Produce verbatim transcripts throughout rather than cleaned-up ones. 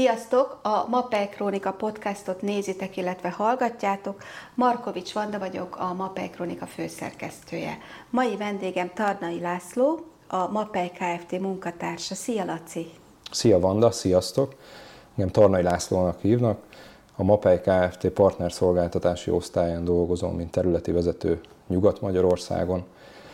Sziasztok! A Mapei Krónika podcastot nézitek, illetve hallgatjátok. Markovics Vanda vagyok, a Mapei Krónika főszerkesztője. Mai vendégem Tarnai László, a Mapei Kft. Munkatársa. Szia, Laci! Szia, Vanda! Sziasztok! Engem Tarnai Lászlónak hívnak. A Mapei Kft. Partnerszolgáltatási osztályán dolgozom, mint területi vezető Nyugat-Magyarországon,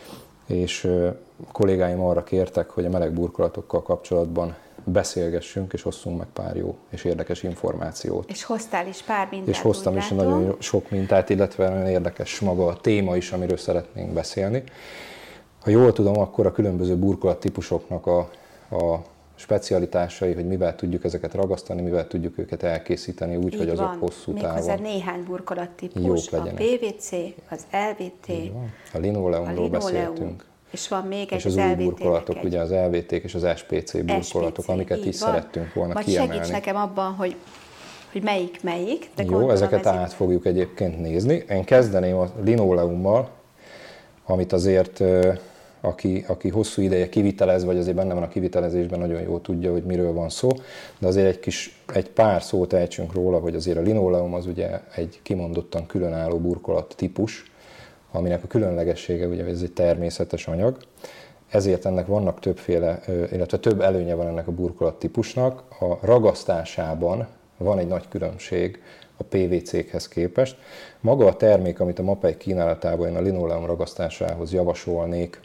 és kollégáim arra kértek, hogy a meleg burkolatokkal kapcsolatban beszélgessünk, és hozzunk meg pár jó és érdekes információt. És hoztál is pár mintát, És hoztam is látom. Nagyon sok mintát, illetve nagyon érdekes maga a téma is, amiről szeretnénk beszélni. Ha jól tudom, akkor a különböző burkolattípusoknak a, a specialitásai, hogy mivel tudjuk ezeket ragasztani, mivel tudjuk őket elkészíteni úgy, Így hogy azok van. hosszú Még távon hozzá néhány burkolattípus, a pé vé cé, az el vé té, a linoleumról beszéltünk. És van még egy és az, az új burkolatok, ugye az el vé té-k és az es pé cé burkolatok, es pé cé, amiket is van. Szerettünk volna Majd kiemelni. Segíts nekem abban, hogy, hogy melyik melyik. De Jó, ezeket ezért... át fogjuk egyébként nézni. Én kezdeném a linoleummal, amit azért, aki, aki hosszú ideje kivitelez, vagy azért benne van a kivitelezésben, nagyon jól tudja, hogy miről van szó, de azért egy, kis, egy pár szót ejtsünk róla, hogy azért a linoleum az ugye egy kimondottan különálló burkolat típus, aminek a különlegessége, ugye ez egy természetes anyag, ezért ennek vannak többféle, illetve több előnye van ennek a burkolattípusnak. A ragasztásában van egy nagy különbség a pé vé cé-khez képest. Maga a termék, amit a Mapei kínálatában én a linoleum ragasztásához javasolnék,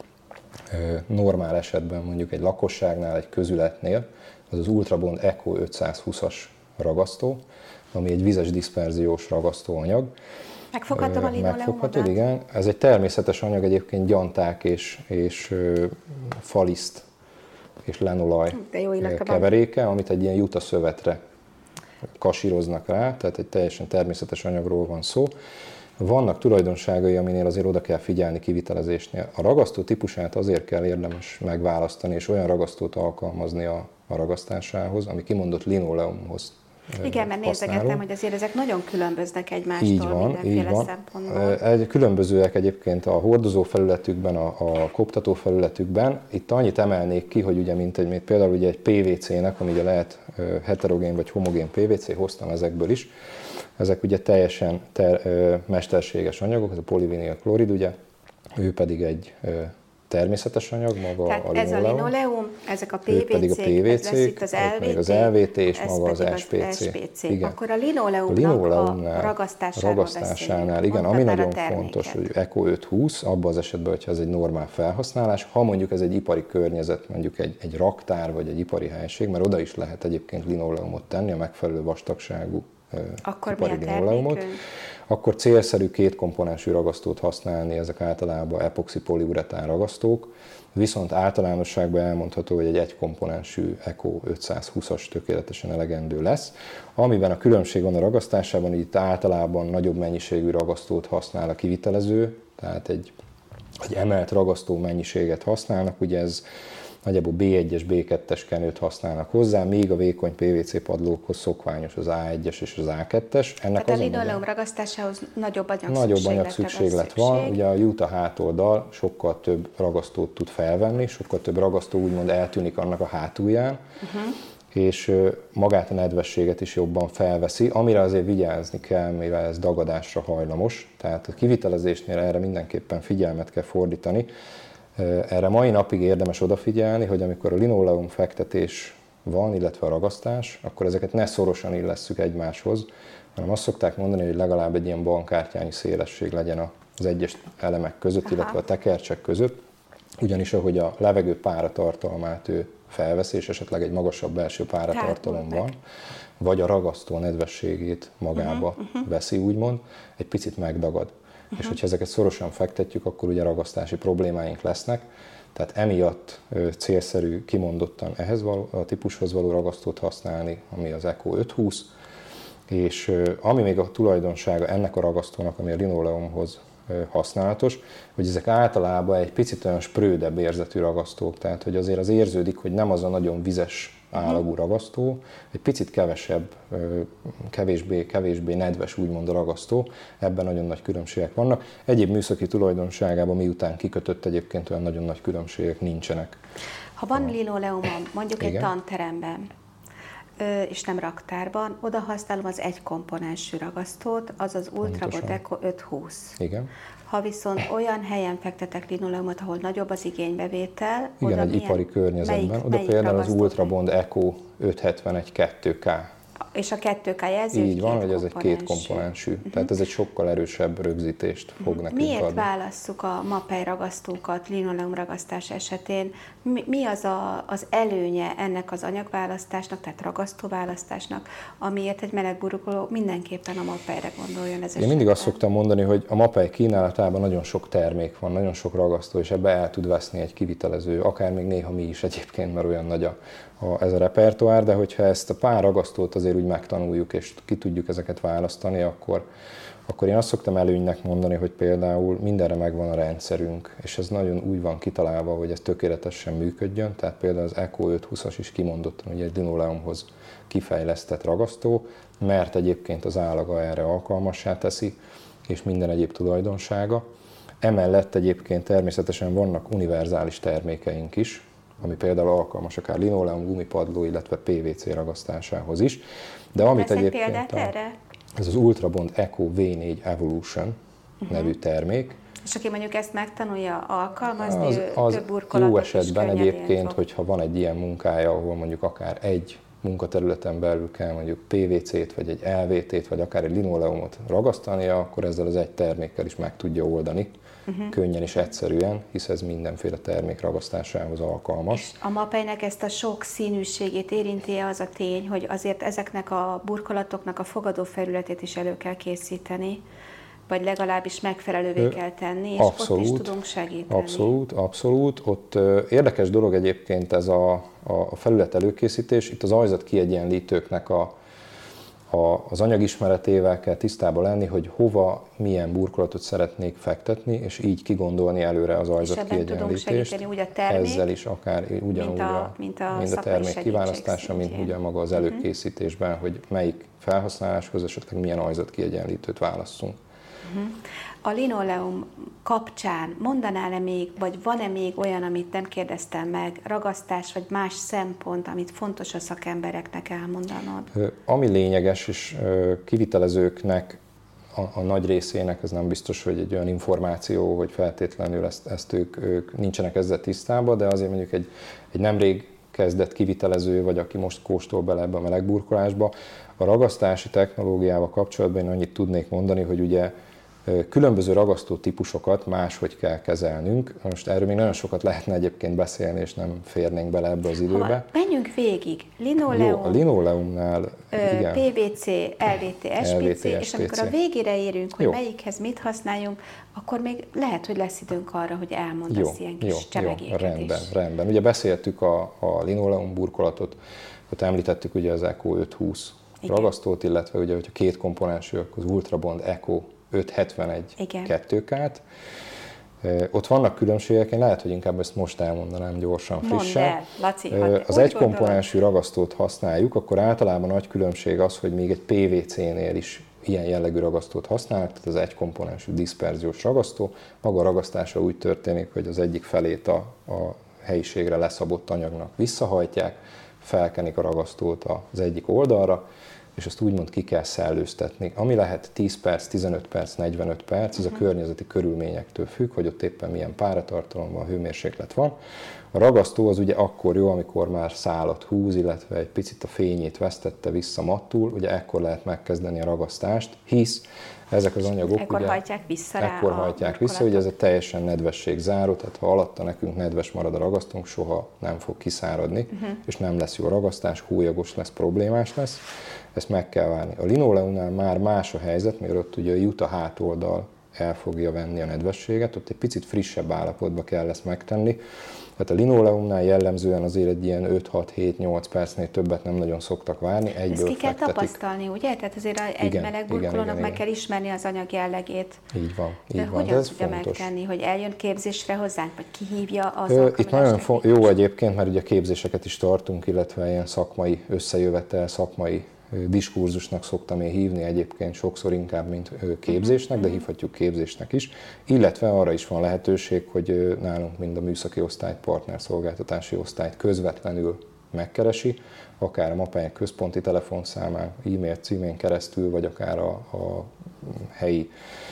normál esetben mondjuk egy lakosságnál, egy közületnél, az az Ultrabond Eco ötszázhúszas ragasztó, ami egy vizes diszperziós ragasztóanyag. Megfoghatom a linoleumodat? Megfoghatod, igen. Ez egy természetes anyag, egyébként gyanták és, és faliszt és lenolaj keveréke, amit egy ilyen jutaszövetre kasíroznak rá, tehát egy teljesen természetes anyagról van szó. Vannak tulajdonságai, aminél azért oda kell figyelni kivitelezésnél. A ragasztó típusát azért kell érdemes megválasztani, és olyan ragasztót alkalmazni a, a ragasztásához, ami kimondott linoleumhoz. Igen, mert nézegettem, hogy azért ezek nagyon különböznek egymástól így van, mindenféle így van. szempontból. Egy, különbözőek egyébként a hordozó felületükben, a, a koptató felületükben. Itt annyit emelnék ki, hogy ugye, mint egy, például ugye egy pé vé cé-nek, ami ugye lehet heterogén vagy homogén pé vé cé, hoztam ezekből is. Ezek ugye teljesen ter, mesterséges anyagok, ez a polivinil klorid, ugye, ő pedig egy természetes anyag, maga tehát a linoleum. Ez a linoleum, ezek a pé vé cé-k, pedig a pé vé cé-k, ez lesz itt az el vé té, az el vé té és maga az az es pé cé. es pé cé. Igen. Akkor a linoleumnak a ragasztásánál, ragasztásánál igen, ami nagyon fontos, hogy Eco ötszázhúsz, abban az esetben, hogyha ez egy normál felhasználás, ha mondjuk ez egy ipari környezet, mondjuk egy, egy raktár vagy egy ipari helység, mert oda is lehet egyébként linoleumot tenni, a megfelelő vastagságú akkor ipari linoleumot, akkor célszerű kétkomponensű ragasztót használni, ezek általában epoxi poliuretán ragasztók, viszont általánosságban elmondható, hogy egy egykomponensű Eco ötszázhúszas tökéletesen elegendő lesz. Amiben a különbség van a ragasztásában, hogy itt általában nagyobb mennyiségű ragasztót használ a kivitelező, tehát egy, egy emelt ragasztó mennyiséget használnak, ugye ez nagyjából bé egyes, bé kettes kenőt használnak hozzá, míg a vékony pé vé cé padlókhoz szokványos az á egyes és az á kettes. Ennek tehát a linoleum ragasztásához nagyobb anyagszükségletre Nagyobb anyagszükséglet van, van. Ugye a jut hátoldal sokkal több ragasztót tud felvenni, sokkal több ragasztó úgymond eltűnik annak a hátulján, uh-huh. és magát a nedvességet is jobban felveszi, amire azért vigyázni kell, mivel ez dagadásra hajlamos, tehát a kivitelezésnél erre mindenképpen figyelmet kell fordítani. Erre mai napig érdemes odafigyelni, hogy amikor a linoleum fektetés van, illetve a ragasztás, akkor ezeket ne szorosan illesszük egymáshoz, hanem azt szokták mondani, hogy legalább egy ilyen bankkártyányi szélesség legyen az egyes elemek között, Aha. illetve a tekercsek között, ugyanis ahogy a levegő páratartalmát ő felveszi, és esetleg egy magasabb belső páratartalom van, vagy a ragasztó nedvességét magába uh-huh, uh-huh. veszi, úgymond, egy picit megdagad. Uh-huh. És hogyha ezeket szorosan fektetjük, akkor ugye ragasztási problémáink lesznek. Tehát emiatt célszerű kimondottan ehhez való, a típushoz való ragasztót használni, ami az Eco ötszázhúsz. És ami még a tulajdonsága ennek a ragasztónak, ami a linoleumhoz használatos, hogy ezek általában egy picit olyan sprödebb érzetű ragasztók, tehát hogy azért az érződik, hogy nem az a nagyon vizes állagú ragasztó, egy picit kevesebb, kevésbé, kevésbé nedves úgymond a ragasztó, ebben nagyon nagy különbségek vannak. Egyéb műszaki tulajdonságában miután kikötött egyébként olyan nagyon nagy különbségek nincsenek. Ha van linoleumom, mondjuk Igen. egy tanteremben, és nem raktárban, oda használom az egykomponensű ragasztót, az az Ultrabond Eco ötszázhúsz. Igen. Ha viszont olyan helyen fektetek linoleumot, ahol nagyobb az igénybevétel, igen, oda egy milyen, ipari környezetben, melyik, oda melyik például az ragasztót? Ultrabond Eco ötszázhetvenegy kettő ká. És a kettő ká jelzi, Így van, hogy ez egy kétkomponensű. kétkomponensű. Uh-huh. Tehát ez egy sokkal erősebb rögzítést fog uh-huh. nekünk Miért adni. válasszuk a mapei ragasztókat linoleum ragasztás esetén? Mi, mi az a, az előnye ennek az anyagválasztásnak, tehát ragasztóválasztásnak, amiért egy meleg burkoló mindenképpen a mapejre gondoljon ez Én mindig azt szoktam mondani, hogy a mapei kínálatában nagyon sok termék van, nagyon sok ragasztó, és ebbe el tud veszni egy kivitelező, akár még néha mi is egyébként, mert olyan nagy a, a, ez a repertoár, de hogyha ezt a pár ragasztót azért úgy megtanuljuk, és ki tudjuk ezeket választani, akkor, akkor én azt szoktam előnynek mondani, hogy például mindenre megvan a rendszerünk, és ez nagyon úgy van kitalálva, hogy ez tökéletesen működjön, tehát például az Eco ötszázhúszas is kimondottan ugye egy linoleumhoz kifejlesztett ragasztó, mert egyébként az állaga erre alkalmassá teszi, és minden egyéb tulajdonsága. Emellett egyébként természetesen vannak univerzális termékeink is, ami például alkalmas akár linoleum, gumipadló, illetve pé vé cé ragasztásához is. De amit Vesz egy egyébként példát a, erre? ez az Ultrabond Eco vé négy Evolution uh-huh. nevű termék. És aki mondjuk ezt megtanulja alkalmazni, az, ő az több burkolatot jó is esetben könnyedén egyébként, fog. hogyha van egy ilyen munkája, ahol mondjuk akár egy munkaterületen belül kell mondjuk pé vé cét, vagy egy el vé tét, vagy akár egy linoleumot ragasztania, akkor ezzel az egy termékkel is meg tudja oldani. Uh-huh. Könnyen és egyszerűen, hisz ez mindenféle termék ragasztásához alkalmas. És a mapeinek ezt a sok színűségét érinti az a tény, hogy azért ezeknek a burkolatoknak a fogadó felületét is elő kell készíteni, vagy legalábbis megfelelővé kell tenni, és abszolút, ott is tudunk segíteni. Abszolút, abszolút. Ott érdekes dolog egyébként ez a, a felület előkészítés. Itt az ajzat kiegyenlítőknek a A, az anyagismeretével kell tisztában lenni, hogy hova, milyen burkolatot szeretnék fektetni, és így kigondolni előre az ajzat kiegyenlítést. Úgy a termék, ezzel is akár ugyanúgy mint a, a, mint a, mind a termék kiválasztása, mint ugyan maga az előkészítésben, hogy melyik felhasználáshoz esetleg milyen ajzat kiegyenlítőt válasszunk. Uh-huh. A linoleum kapcsán mondanál-e még, vagy van-e még olyan, amit nem kérdeztem meg, ragasztás vagy más szempont, amit fontos a szakembereknek elmondanod? Ami lényeges, és kivitelezőknek a, a nagy részének ez nem biztos, hogy egy olyan információ, hogy feltétlenül ezt, ezt ők, ők nincsenek ezzel tisztában, de azért mondjuk egy, egy nemrég kezdett kivitelező, vagy aki most kóstol bele ebbe a melegburkolásba, a ragasztási technológiával kapcsolatban én annyit tudnék mondani, hogy ugye különböző ragasztó típusokat máshogy kell kezelnünk. Most erről még nagyon sokat lehetne egyébként beszélni, és nem férnénk bele ebbe az időbe. Ha, menjünk végig. Linoleum, Jó, a linoleumnál ö, igen. pé vé cé, el vé té, es pé cé, és amikor a végére érünk, hogy jó. melyikhez mit használjunk, akkor még lehet, hogy lesz időnk arra, hogy elmondasz jó, ilyen kis jó, csemegéket jó, rendben, is. rendben. Ugye beszéltük a, a linoleum burkolatot, ott említettük ugye az Eco ötszázhúsz igen. ragasztót, illetve ugye, hogyha két komponensű, akkor az Ultrabond Eco ötszázhetvenegy kettő kát. Ott vannak különbségek, én lehet, hogy inkább ezt most elmondanám gyorsan, frissen. Mondd el, Laci, az egykomponensű ragasztót használjuk, akkor általában nagy különbség az, hogy még egy pé vé cénél is ilyen jellegű ragasztót használnak, tehát az egykomponensű diszperziós ragasztó. Maga a ragasztása úgy történik, hogy az egyik felét a, a helyiségre leszabott anyagnak visszahajtják, felkenik a ragasztót az egyik oldalra, és azt úgymond ki kell szellőztetni. Ami lehet tíz perc, tizenöt perc, negyvenöt perc, ez a környezeti körülményektől függ, hogy ott éppen milyen páratartalom van, hőmérséklet van. A ragasztó az ugye akkor jó, amikor már szálat húz, illetve egy picit a fényét vesztette vissza mattul, ugye ekkor lehet megkezdeni a ragasztást, hisz ezek az anyagok ekkor ugye, hajtják vissza rá ekkor hajtják vissza, ugye ez egy teljesen nedvességzáró, tehát ha alatta nekünk nedves marad a ragasztónk, soha nem fog kiszáradni, uh-huh. és nem lesz jó a ragasztás, hólyagos lesz, problémás lesz. Ezt meg kell várni. A linoleumnál már más a helyzet, mert ott ugye jut a hátoldal, el fogja venni a nedvességet, ott egy picit frissebb állapotba kell ezt megtenni. Tehát a linoleumnál jellemzően azért egy ilyen öt-hat-hét-nyolc percnél többet nem nagyon szoktak várni, egyből ezt ki kell fektetik. tapasztalni, ugye? Tehát azért egy meleg burkolónak meg kell ismerni az anyag jellegét. Így van, így de van. hogyan de ez tudja fontos. megtenni, hogy eljön képzésre hozzánk, vagy kihívja az Ö, Itt nagyon fo- jó egyébként, mert ugye képzéseket is tartunk, illetve ilyen szakmai összejövetel, szakmai diskurzusnak szoktam én hívni egyébként sokszor inkább, mint képzésnek, de hívhatjuk képzésnek is. Illetve arra is van lehetőség, hogy nálunk mind a műszaki osztályt, partnerszolgáltatási osztályt közvetlenül megkeresi, akár a MAPEI központi telefonszámán, e-mail címén keresztül, vagy akár a, a helyi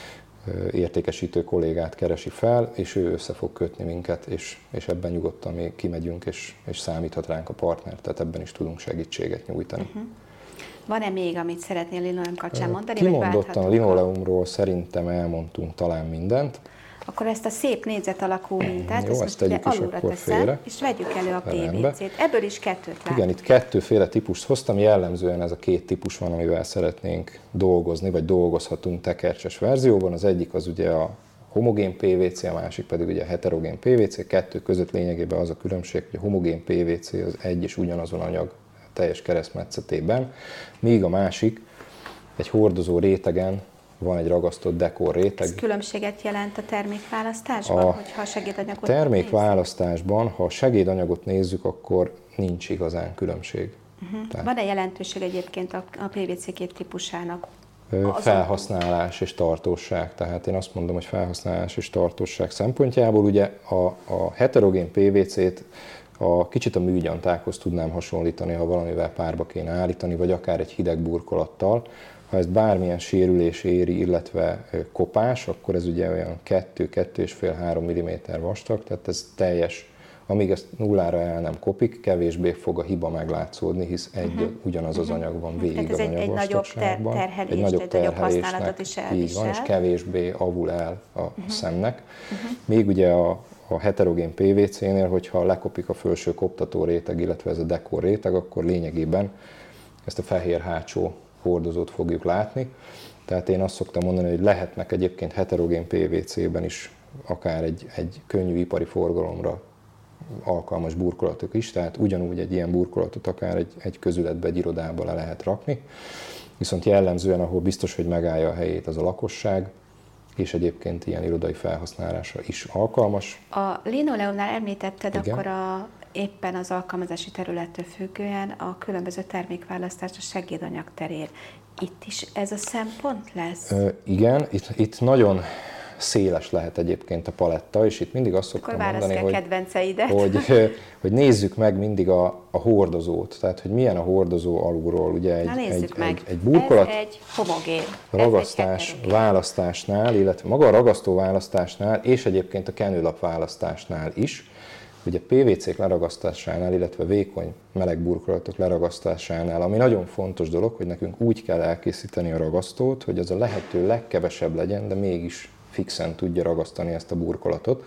értékesítő kollégát keresi fel, és ő össze fog kötni minket, és, és ebben nyugodtan mi kimegyünk, és, és számíthat ránk a partner, tehát ebben is tudunk segítséget nyújtani. Uh-huh. Van-e még, amit szeretnél linoleum kapcsán mondani? Kimondottan a linoleumról szerintem elmondtunk talán mindent. Akkor ezt a szép négyzet alakú mintát, Jó, ezt most ide alulra teszem, félre. És vegyük elő a pé vé cét. Ebből is kettőt látunk. Igen, itt kettőféle típust hoztam, jellemzően ez a két típus van, amivel szeretnénk dolgozni, vagy dolgozhatunk tekercses verzióban. Az egyik az ugye a homogén pé vé cé, a másik pedig ugye a heterogén pé vé cé. Kettő között lényegében az a különbség, hogy a homogén pé vé cé az egy és ugyanazon anyag teljes keresztmetszetében, míg a másik egy hordozó rétegen van egy ragasztott dekor réteg. Ez különbséget jelent a termékválasztásban, a hogyha a segédanyagot termékválasztásban, ha a segédanyagot nézzük, akkor nincs igazán különbség. Uh-huh. Tehát van-e jelentőség egyébként a, a pé vé cé két típusának? Felhasználás és tartóság. Tehát én azt mondom, hogy felhasználás és tartóság szempontjából ugye a, a heterogén pé vé cét a kicsit a műgyantákhoz tudnám hasonlítani, ha valamivel párba kéne állítani, vagy akár egy hideg burkolattal. Ha ezt bármilyen sérülés éri, illetve kopás, akkor ez ugye olyan kettő-kettő és fél három milliméter vastag, tehát ez teljes, amíg ezt nullára el nem kopik, kevésbé fog a hiba meglátszódni, hisz egy uh-huh. ugyanaz az anyag van végig az anyagvastagságban. Egy nagyobb terhelésnek is elvisel. Így van, és kevésbé avul el a uh-huh. szemnek. Uh-huh. Még ugye a A heterogén pé vé cénél, hogyha lekopik a felső koptató réteg, illetve ez a dekor réteg, akkor lényegében ezt a fehér hátsó hordozót fogjuk látni. Tehát én azt szoktam mondani, hogy lehetnek egyébként heterogén pé vé cében is akár egy, egy könnyű ipari forgalomra alkalmas burkolatok is, tehát ugyanúgy egy ilyen burkolatot akár egy, egy közületbe, egy irodába le lehet rakni. Viszont jellemzően, ahol biztos, hogy megállja a helyét, az a lakosság, és egyébként ilyen irodai felhasználásra is alkalmas. A linoleumnál említetted, Igen. akkor a, éppen az alkalmazási területtől függően a különböző termékválasztást a segédanyag terén. Itt is ez a szempont lesz? Ö, igen, itt, itt nagyon széles lehet egyébként a paletta, és itt mindig azt szoktam mondani, hogy, hogy, hogy nézzük meg mindig a, a hordozót, tehát hogy milyen a hordozó alulról. Ugye egy, egy, egy, egy burkolat ez egy homogén. ragasztás egy választásnál, illetve maga a ragasztó választásnál, és egyébként a kenőlap választásnál is, ugye pé vé cék leragasztásánál, illetve vékony meleg burkolatok leragasztásánál, ami nagyon fontos dolog, hogy nekünk úgy kell elkészíteni a ragasztót, hogy az a lehető legkevesebb legyen, de mégis fixen tudja ragasztani ezt a burkolatot.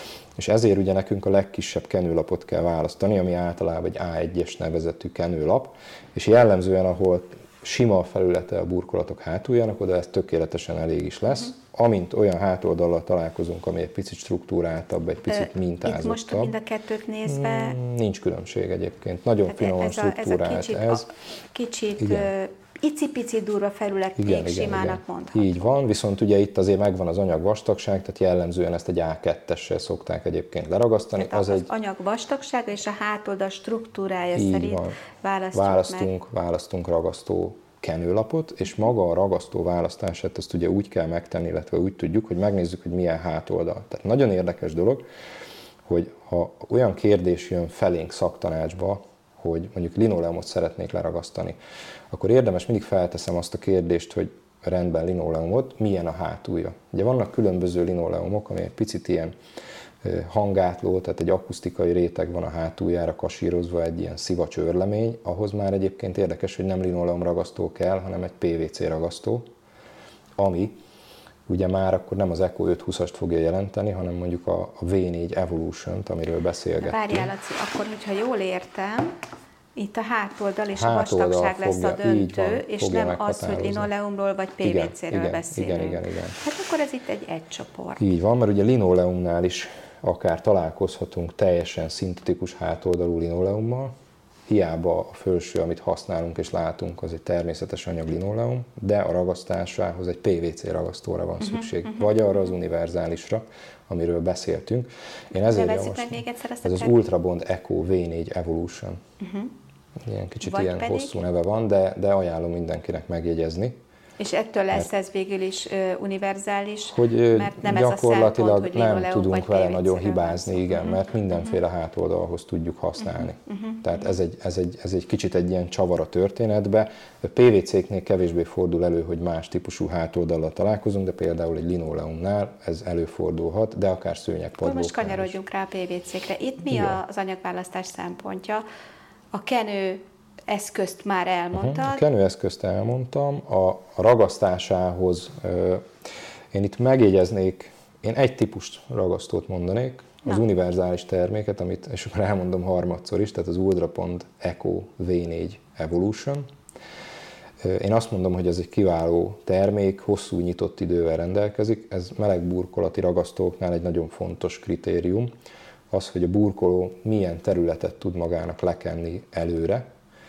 És ezért ugye nekünk a legkisebb kenőlapot kell választani, ami általában egy á egyes nevezetű kenőlap, és jellemzően, ahol sima a felülete a burkolatok hátuljának, oda ez tökéletesen elég is lesz. Uh-huh. Amint olyan hátoldallal találkozunk, ami egy picit struktúráltabb, egy picit mintázottabb. Itt most mind a kettőt nézve... Nincs különbség egyébként. Nagyon finoman struktúrált ez. A, ez a kicsit, kicsit icipici durva felület még simának mondható. Így van, viszont ugye itt azért megvan az anyag vastagság, tehát jellemzően ezt egy á kettessel szokták egyébként leragasztani. Tehát az, az egy... anyag vastagsága és a hátoldal struktúrája így szerint van. választjuk választunk, meg. választunk ragasztó kenőlapot, és maga a ragasztó választását azt ugye úgy kell megtenni, illetve úgy tudjuk, hogy megnézzük, hogy milyen hátoldal. Tehát nagyon érdekes dolog, hogy ha olyan kérdés jön felénk szaktanácsba, hogy mondjuk linoleumot szeretnék leragasztani, akkor érdemes, mindig felteszem azt a kérdést, hogy rendben linoleumot, milyen a hátulja. Ugye vannak különböző linoleumok, ami egy picit ilyen hangátló, tehát egy akusztikai réteg van a hátuljára kasírozva, egy ilyen szivacs őrlemény, ahhoz már egyébként érdekes, hogy nem linoleum ragasztó kell, hanem egy pé vé cé ragasztó, ami ugye már akkor nem az Eco ötszázhúszast fogja jelenteni, hanem mondjuk a vé négy Evolution-t, amiről beszélgettünk. Várjál, Laci, akkor, hogyha jól értem, itt a hátoldal és hátoldal a vastagság lesz a döntő, van, és nem az, hogy linoleumról vagy pé vé céről igen, beszélünk. Igen, igen, igen. Hát akkor ez itt egy egy csoport. Így van, mert ugye linoleumnál is akár találkozhatunk teljesen szintetikus hátoldalú linoleummal, hiába a felső, amit használunk és látunk, az egy természetes anyag linoleum, de a ragasztásához egy pé vé cé ragasztóra van szükség, uh-huh, vagy arra az univerzálisra, amiről beszéltünk. Én ezért javaslom, ez az Ultrabond Eco vé négy Evolution. Uh-huh. Ilyen kicsit vagy ilyen pedig... hosszú neve van, de, de ajánlom mindenkinek megjegyezni. És ettől lesz ez végül is ö, univerzális, hogy mert nem gyakorlatilag ez a szempont, nem tudunk vele nagyon hibázni, igen, uh-huh. mert mindenféle uh-huh. hátoldalhoz tudjuk használni. Uh-huh. Uh-huh. Tehát ez egy, ez, egy, ez egy kicsit egy ilyen csavar a történetbe. A pé vé céknél kevésbé fordul elő, hogy más típusú hátoldallal találkozunk, de például egy linoleumnál ez előfordulhat, de akár szőnyegpadlóknál. Most kanyarodjunk rá a pé vé cékre. Itt mi igen. az anyagválasztás szempontja? A kenő eszközt már elmondtad. Uh-huh. A kenőeszközt elmondtam, a ragasztásához ö, én itt megjegyeznék, én egy típust ragasztót mondanék, az Na. univerzális terméket, amit, és akkor elmondom harmadszor is, tehát az Ultrapond Eco vé négy Evolution. Én azt mondom, hogy ez egy kiváló termék, hosszú nyitott idővel rendelkezik, ez meleg burkolati ragasztóknál egy nagyon fontos kritérium, az, hogy a burkoló milyen területet tud magának lekenni előre,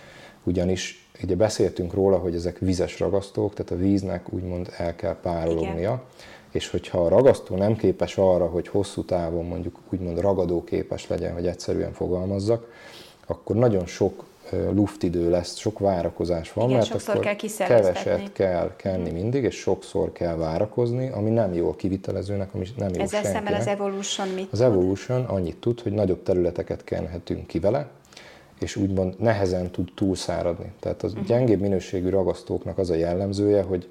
ugyanis ugye beszéltünk róla, hogy ezek vizes ragasztók, tehát a víznek úgymond el kell párolognia, Igen. és hogyha a ragasztó nem képes arra, hogy hosszú távon mondjuk úgymond ragadóképes legyen, hogy egyszerűen fogalmazzak, akkor nagyon sok luftidő lesz, sok várakozás van, Igen, mert akkor kell keveset kell kenni mindig, és sokszor kell várakozni, ami nem jó a kivitelezőnek, ami nem jó Ezzel senkinek. szemben az Evolution mit Az Evolution annyit tud, hogy nagyobb területeket kenhetünk ki vele, és úgymond nehezen tud túlszáradni. Tehát az uh-huh. gyengébb minőségű ragasztóknak az a jellemzője, hogy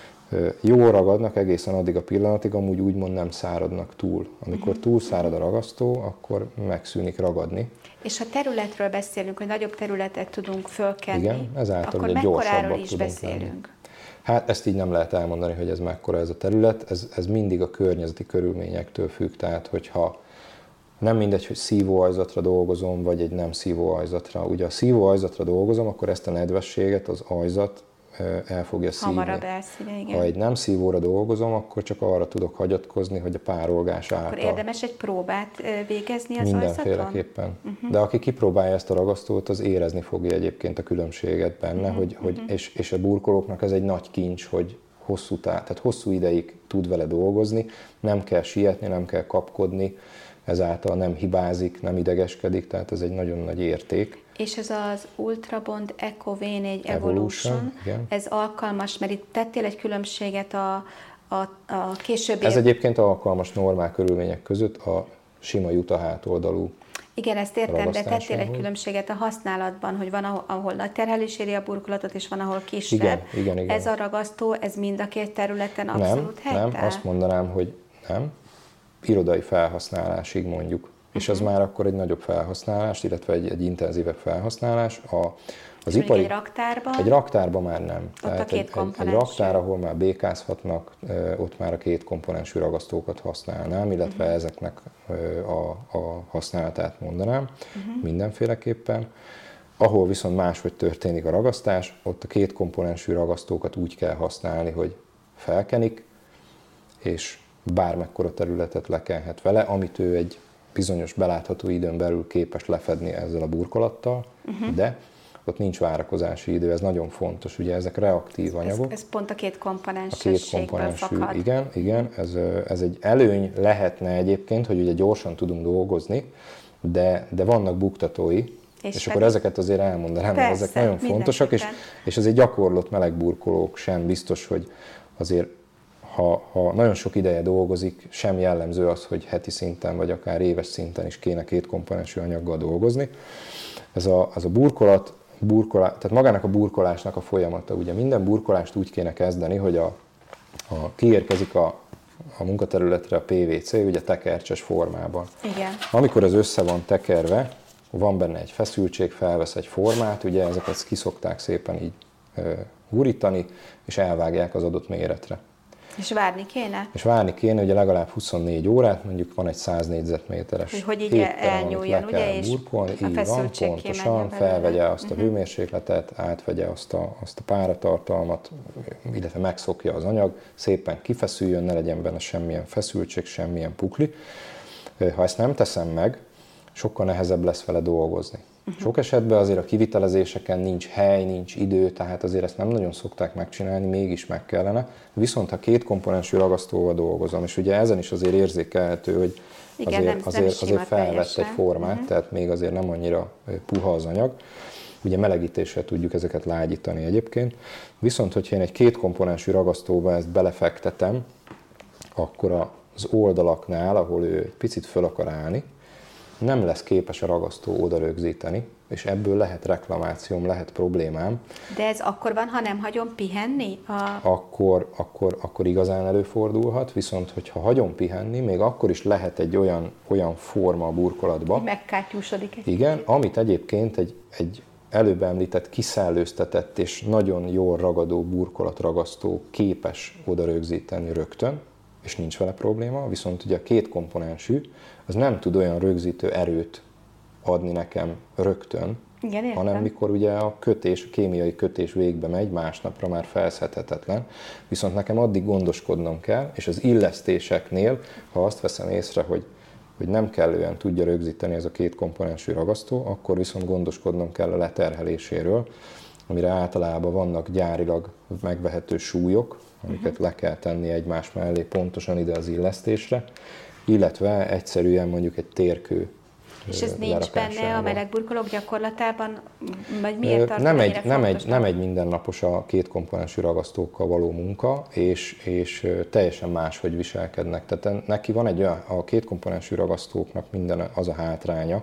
jól ragadnak egészen addig a pillanatig, amúgy úgymond nem száradnak túl. Amikor uh-huh. túlszárad a ragasztó, akkor megszűnik ragadni. És ha területről beszélünk, hogy nagyobb területet tudunk fölkenni, Igen, ezáltal akkor mekkoráról is beszélünk? Lenni. Hát ezt így nem lehet elmondani, hogy ez mekkora ez a terület, ez, ez mindig a környezeti körülményektől függ. Tehát, hogyha nem mindegy, hogy szívóajzatra dolgozom, vagy egy nem szívóajzatra. Ugye a szívóajzatra dolgozom, akkor ezt a nedvességet az ajzat el fogja szívni. Hamarabb elszívja, igen. Ha egy nem szívóra dolgozom, akkor csak arra tudok hagyatkozni, hogy a párolgás által. Akkor érdemes egy próbát végezni az Mindenféleképpen. ajzaton? Uh-huh. De aki kipróbálja ezt a ragasztót, az érezni fogja egyébként a különbséget benne, uh-huh. hogy, hogy, és, és a burkolóknak ez egy nagy kincs, hogy hosszú, tá- tehát hosszú ideig tud vele dolgozni, nem kell sietni, nem kell kapkodni, ezáltal nem hibázik, nem idegeskedik, tehát ez egy nagyon nagy érték. És ez az Ultrapond Eco vé négy Evolution, Evolution ez alkalmas, mert itt tettél egy különbséget a, a, a későbbi... Ez egyébként alkalmas normál körülmények között a sima juta hátoldalú. Igen, ezt értem, de tettél egy különbséget a használatban, hogy van, ahol, ahol nagy terhelés éri a burkolatot, és van, ahol kisebb. Igen, igen, igen. Ez a ragasztó, ez mind a két területen abszolút helytáll? Nem, nem, azt mondanám, hogy nem. Irodai felhasználásig mondjuk. Uh-huh. És az már akkor egy nagyobb felhasználás, illetve egy, egy intenzívebb felhasználás. A, az és ipari, egy raktárban? Egy raktárban már nem. Ott Tehát a két egy, egy, egy raktár, ahol már békázhatnak, ott már a két komponensű ragasztókat használnám, illetve uh-huh. ezeknek a, a használatát mondanám uh-huh. mindenféleképpen. Ahol viszont máshogy történik a ragasztás, ott a két komponensű ragasztókat úgy kell használni, hogy felkenik, és bármekkora területet lekenhet vele, amit ő egy bizonyos belátható időn belül képes lefedni ezzel a burkolattal, uh-huh. de ott nincs várakozási idő, ez nagyon fontos, ugye ezek reaktív anyagok. Ez, ez pont a két komponensségből fakad. Igen, igen, ez, ez egy előny lehetne egyébként, hogy ugye gyorsan tudunk dolgozni, de, de vannak buktatói, és, és akkor ezeket azért elmondanám, mert ezek nagyon fontosak, és, és ez egy gyakorlott melegburkolók sem biztos, hogy azért Ha, ha nagyon sok ideje dolgozik, sem jellemző az, hogy heti szinten vagy akár éves szinten is kéne két komponensű anyaggal dolgozni. Ez a, az a burkolat, burkolá, tehát magának a burkolásnak a folyamata. Ugye minden burkolást úgy kéne kezdeni, hogy a, a, kiérkezik a, a munkaterületre a pé vé cé, ugye tekercses formában. Igen. Amikor az össze van tekerve, van benne egy feszültség, felvesz egy formát, ugye ezeket kiszokták szépen így e, gurítani, és elvágják az adott méretre. És várni kéne? És várni kéne, ugye legalább huszonnégy órát, mondjuk van egy száz négyzetméteres hogy, hogy így elnyúljon, ugye, és burkolni, így van, pontosan, felvegye azt a uh-huh. hőmérsékletet, átvegye azt a, azt a páratartalmat, illetve megszokja az anyag, szépen kifeszüljön, ne legyen benne semmilyen feszültség, semmilyen pukli. Ha ezt nem teszem meg, sokkal nehezebb lesz vele dolgozni. Uh-huh. Sok esetben azért a kivitelezéseken nincs hely, nincs idő, tehát azért ezt nem nagyon szokták megcsinálni, mégis meg kellene. Viszont ha két komponensű ragasztóval dolgozom, és ugye ezen is azért érzékelhető, hogy Igen, azért, nem, azért, nem azért felvett teljesen. egy formát, uh-huh. tehát még azért nem annyira puha az anyag. ugye melegítéssel tudjuk ezeket lágyítani egyébként. Viszont, hogyha én egy kétkomponensű ragasztóba ezt belefektetem, akkor az oldalaknál, ahol ő egy picit föl akar állni, nem lesz képes a ragasztó oda rögzíteni, és ebből lehet reklamációm, lehet problémám. De ez akkor van, ha nem hagyom pihenni? A... Akkor, akkor, akkor igazán előfordulhat, viszont hogyha hagyom pihenni, még akkor is lehet egy olyan, olyan forma a burkolatba. Megkátyúsodik egy Igen, kicsit. amit egyébként egy, egy előbb említett kiszellőztetett és nagyon jól ragadó burkolatragasztó képes oda rögzíteni rögtön, és nincs vele probléma, viszont ugye a két komponensű, az nem tud olyan rögzítő erőt adni nekem rögtön, Igen, hanem mikor ugye a kötés, a kémiai kötés végbe megy, másnapra már felszedhetetlen. Viszont nekem addig gondoskodnom kell, és az illesztéseknél, ha azt veszem észre, hogy, hogy nem kellően tudja rögzíteni ez a két komponensű ragasztó, akkor viszont gondoskodnom kell a leterheléséről, amire általában vannak gyárilag megvehető súlyok, amiket le kell tenni egymás mellé pontosan ide az illesztésre, illetve egyszerűen mondjuk egy térkő. És ez nincs benne a melegburkolók gyakorlatában, vagy miért tart nem egy, nem, egy, nem egy mindennapos a két komponensű ragasztókkal való munka, és, és teljesen máshogy viselkednek. Tehát neki van egy olyan, a két komponensű ragasztóknak minden az a hátránya,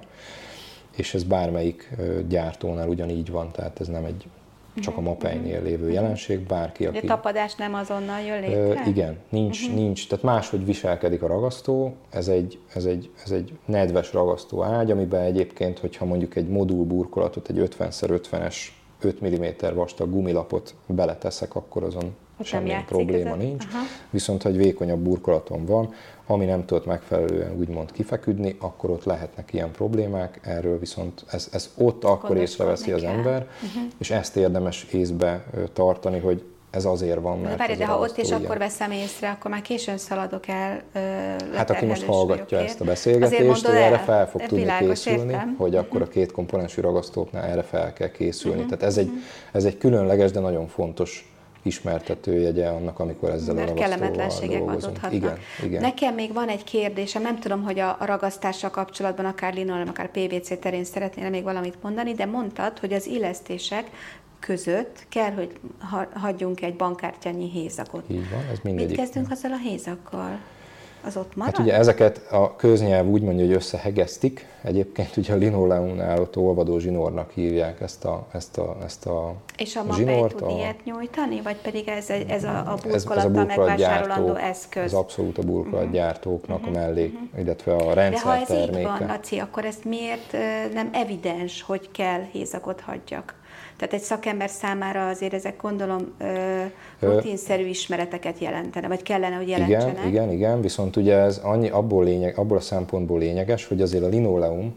és ez bármelyik gyártónál ugyanígy van, tehát ez nem egy csak a Mapei-nél lévő jelenség, bárki, aki... De tapadás nem azonnal jön létre? Ö, igen, nincs, uh-huh. nincs, tehát máshogy viselkedik a ragasztó, ez egy, ez, egy, ez egy nedves ragasztó ágy, amiben egyébként, hogyha mondjuk egy modul burkolatot, egy ötven szer ötvenes öt milliméter vastag gumilapot beleteszek, akkor azon ott semmilyen probléma ezen. nincs. Aha. Viszont, ha egy vékonyabb burkolatom van, ami nem tudott megfelelően úgymond kifeküdni, akkor ott lehetnek ilyen problémák, erről viszont ez, ez ott akkor észreveszi az ember, uh-huh. és ezt érdemes észbe tartani, hogy ez azért van, mert Várj, ez de ha ott és igen. akkor veszem észre, akkor már későn szaladok el. Ö, hát aki most hallgatja ezt a beszélgetést, ő erre fel fog tudni világos, készülni, értem. hogy akkor a két komponensű ragasztóknál erre fel kell készülni. Uh-huh. Tehát ez egy, ez egy különleges, de nagyon fontos ismertetőjegye annak, amikor ezzel mert a ragasztóval kellemetlenségek adódhatnak. Igen, igen. Nekem még van egy kérdésem, nem tudom, hogy a ragasztással kapcsolatban akár linoleum, akár pé vé cé terén szeretnél még valamit mondani, de mondtad, hogy az illesztések között kell, hogy hagyjunk egy bankkártyányi hézagot. Így van, ez mindegyik. Mit kezdünk azzal a hézakkal? Az ott marad? Hát ugye ezeket a köznyelv úgy mondja, hogy összehegesztik. Egyébként ugye a linoleumnál ott olvadó zsinórnak hívják ezt a, ezt a, ezt a És a Mapei tud ilyet nyújtani? Vagy pedig ez, ez a, a burkolattal megvásárolandó eszköz? Ez abszolút a burkolatgyártóknak uh-huh. a mellék, uh-huh. illetve a rendszerterméke. De ha ez így van, Laci, akkor ezt miért nem evidens, hogy kell hézagot hagyjak? Tehát egy szakember számára azért ezek gondolom rutinszerű ismereteket jelentene, vagy kellene, hogy jelentsenek. Igen, igen, igen, viszont ugye ez annyi, abból, lényeg, abból a szempontból lényeges, hogy azért a linoleum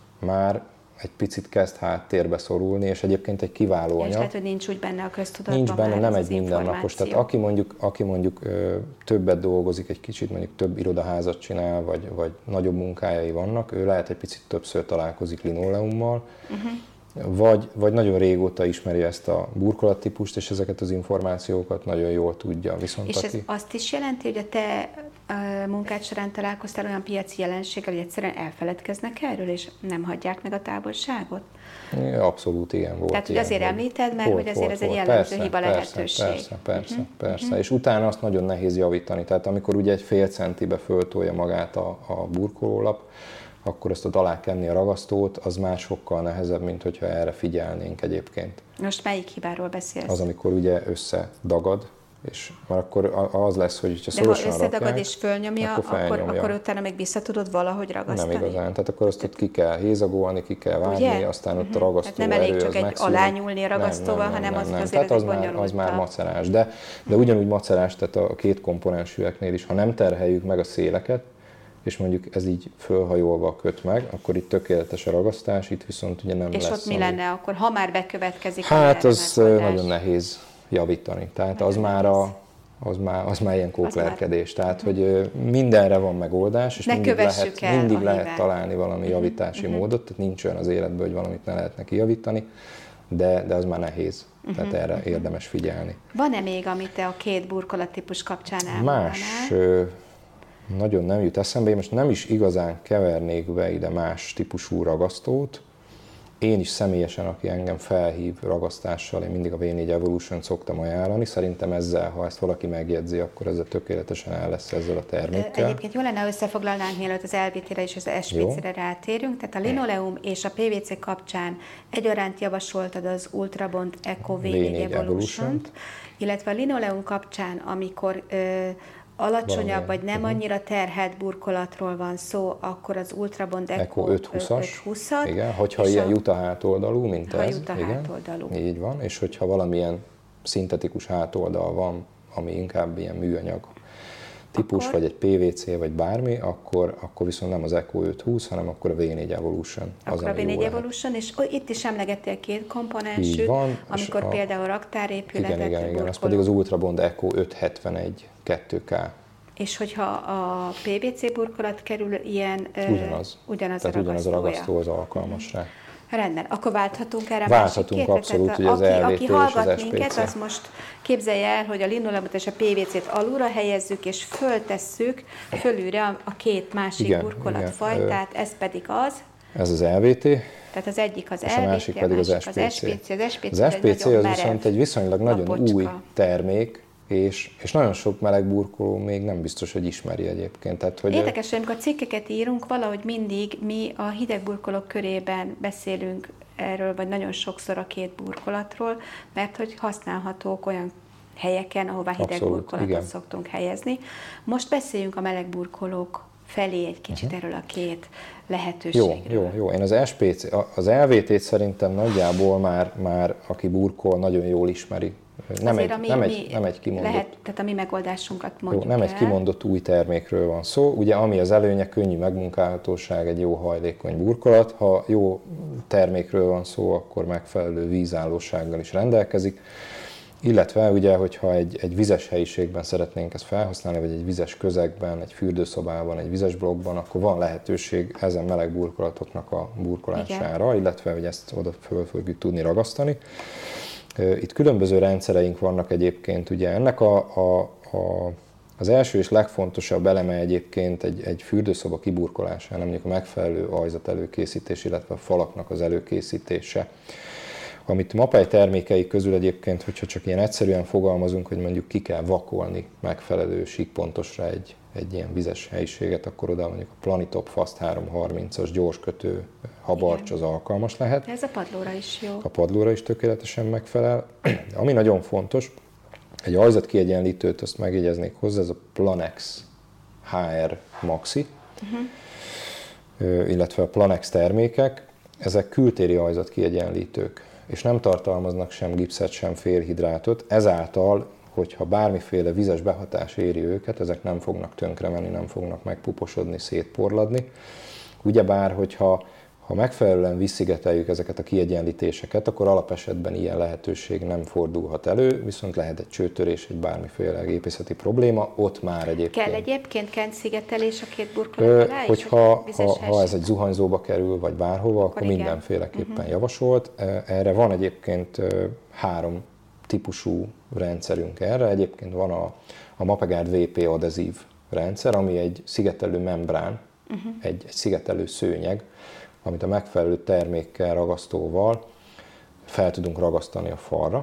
már egy picit kezd háttérbe szorulni, és egyébként egy kiváló anyag. És lehet, hogy nincs úgy benne a köztudatban. Nincs benne, nem egy mindennapos. mindennapos. Tehát aki mondjuk, aki mondjuk ö, többet dolgozik, egy kicsit mondjuk több irodaházat csinál, vagy, vagy nagyobb munkájai vannak, ő lehet egy picit többször találkozik linoleummal, uh-huh. Vagy, vagy nagyon régóta ismeri ezt a burkolattípust, és ezeket az információkat nagyon jól tudja. Viszont és aki... ez azt is jelenti, hogy a te munkád során találkoztál olyan piaci jelenséggel, hogy egyszerűen elfeledkeznek erről, és nem hagyják meg a távolságot? Abszolút igen volt. Tehát, hogy azért ilyen, azért, mert volt, hogy azért volt, ez egy volt. jellemző persze, hiba persze, lehetőség. Persze, persze, uh-huh. persze. Uh-huh. És utána azt nagyon nehéz javítani. Tehát amikor ugye egy fél centibe föltolja magát a, a burkolólap, akkor azt alá kenni a ragasztót, az már sokkal nehezebb, mint hogyha erre figyelnénk egyébként. Most melyik hibáról beszélsz? Az, amikor ugye összedagad, és már akkor az lesz, hogy ha szorosan rakják... De ha összedagad és fölnyomja, akkor, akkor, akkor utána még vissza tudod valahogy ragasztani? Nem igazán, tehát akkor azt ott ki kell hézagolni, ki kell vágni, ugye? Aztán ott uh-huh. a ragasztó hát nem elég erő, csak egy megszűnik. alányúlni a ragasztóval, nem, nem, nem, hanem az nem. azért Tehát az, már, az már macerás. De, de ugyanúgy macerás, tehát a két komponensűeknél is, ha nem terheljük meg a széleket, és mondjuk ez így fölhajolva köt meg, akkor itt tökéletes a ragasztás, itt viszont ugye nem és lesz. És ott mi lenne akkor, ha már bekövetkezik? Hát az nagyon nehéz javítani. Tehát az már, a, az, már, az már ilyen kóklerkedés. Tehát, hogy mindenre van megoldás, és ne mindig lehet, mindig lehet hibát. találni valami javítási uh-huh. módot, tehát nincs olyan az életben, hogy valamit ne lehetne kijavítani, de, de az már nehéz. Uh-huh. Tehát erre uh-huh. érdemes figyelni. Van-e még, amit te a két burkolattípus kapcsán elmondanál? Más... Nagyon nem jut eszembe, én most nem is igazán kevernék be ide más típusú ragasztót, én is személyesen, aki engem felhív ragasztással, én mindig a vé négy Evolution-t szoktam ajánlani. Szerintem ezzel, ha ezt valaki megjegyzi, akkor ezzel tökéletesen el lesz ezzel a termékkel. Egyébként jó lenne, összefoglalnánk, mielőtt az el vé té-re és az es pé cé-re rátérünk. Tehát a linoleum és a pé vé cé kapcsán egyaránt javasoltad az Ultrabond Eco vé négy Evolution-t, illetve a linoleum kapcsán, amikor ö, alacsonyabb Valamilyen. vagy nem uh-huh. annyira terhelt burkolatról van szó, akkor az Ultrabond Eco, Eco ötszázhúszas. Igen, hogyha ilyen a... juta hátoldalú, mint ha ez. Juta igen, hátoldalú. Így van, és hogyha valamilyen szintetikus hátoldal van, ami inkább ilyen műanyag típus, akkor... vagy egy pé vé cé, vagy bármi, akkor, akkor viszont nem az Eco ötszázhúsz, hanem akkor a vé négy Evolution. Akkor az, a vé négy Evolution, és itt is emlegettél két komponensűt, van, amikor a... például raktárépületet Igen, igen, igen, ez pedig az Ultrabond Eco ötszázhetvenegy kettő ká. És hogyha a pé vé cé burkolat kerül ilyen... Ugyanaz. Ugyanaz Tehát a ugyanaz a ragasztó az alkalmas rá. Rendben, akkor válthatunk erre Válthatunk a másik abszolút, hogy az aki, el vé té aki és az hallgat es pé cé. minket, az most képzelje el, hogy a linoleumot és a pé vé cét alulra helyezzük, és föltesszük fölülre a, a két másik igen, burkolatfajtát, ez pedig az. Ez az el vé té. Tehát az egyik az és el vé té, a másik pedig az es pé cé. Az es pé cé, az es pé cé, az es pé cé az viszont egy viszonylag nagyon lapocska. Új termék, És, és nagyon sok meleg burkoló még nem biztos, hogy ismeri egyébként. Tehát, hogy érdekes, hogy amikor cikkeket írunk, valahogy mindig mi a hideg burkolók körében beszélünk erről, vagy nagyon sokszor a két burkolatról, mert hogy használhatók olyan helyeken, ahová hideg Abszolút, burkolatot igen. szoktunk helyezni. Most beszéljünk a meleg burkolók felé egy kicsit uh-huh. erről a két lehetőségről. Jó, jó, jó. Én az es pé cé, az el vé té-t szerintem nagyjából már, már aki burkol, nagyon jól ismeri. Nem Azért, egy, mi, nem, mi egy, nem egy kimondott... Lehet, tehát a mi megoldásunkat mondjuk jó, nem el. egy kimondott új termékről van szó. Ugye ami az előnye, könnyű megmunkálhatóság, egy jó hajlékony burkolat. Ha jó termékről van szó, akkor megfelelő vízállósággal is rendelkezik. Illetve ugye, hogyha egy, egy vizes helyiségben szeretnénk ezt felhasználni, vagy egy vizes közegben, egy fürdőszobában, egy vizes blokkban, akkor van lehetőség ezen meleg burkolatoknak a burkolására, igen. illetve hogy ezt oda föl fogjuk tudni ragasztani. Itt különböző rendszereink vannak egyébként, ugye ennek a, a, a, az első és legfontosabb eleme egyébként egy, egy fürdőszoba kiburkolásának, mondjuk a megfelelő ajzat előkészítés, illetve a falaknak az előkészítése. Amit Mapei termékei közül egyébként, hogyha csak ilyen egyszerűen fogalmazunk, hogy mondjuk ki kell vakolni megfelelő síkpontosra egy, egy ilyen vizes helyiséget, akkor oda mondjuk a Planitop Fast háromszázharmincas gyorskötő habarcs az alkalmas lehet. Ez a padlóra is jó. A padlóra is tökéletesen megfelel. Ami nagyon fontos, egy ajzatkiegyenlítőt, azt megjegyeznék hozzá, ez a Planex há er Maxi, uh-huh. illetve a Planex termékek, ezek kültéri ajzatkiegyenlítők, és nem tartalmaznak sem gipszet, sem félhidrátot, ezáltal, hogyha bármiféle vizes behatás éri őket, ezek nem fognak tönkre menni, nem fognak megpuposodni, szétporladni. Ugyebár, hogyha ha megfelelően visszigeteljük ezeket a kiegyenlítéseket, akkor alapesetben ilyen lehetőség nem fordulhat elő, viszont lehet egy csőtörés, egy bármiféle gépészeti probléma, ott már egyébként. Kell egyébként kentszigetelés a két burkolat alá? Hogyha ha, ha ez egy zuhanyzóba kerül, vagy bárhova, akkor, akkor mindenféleképpen uh-huh. javasolt. Erre van egyébként három típusú rendszerünk erre. Egyébként van a, a Mapegard vé pé adezív rendszer, ami egy szigetelő membrán, uh-huh. egy, egy szigetelő szőnyeg, amit a megfelelő termékkel, ragasztóval fel tudunk ragasztani a falra,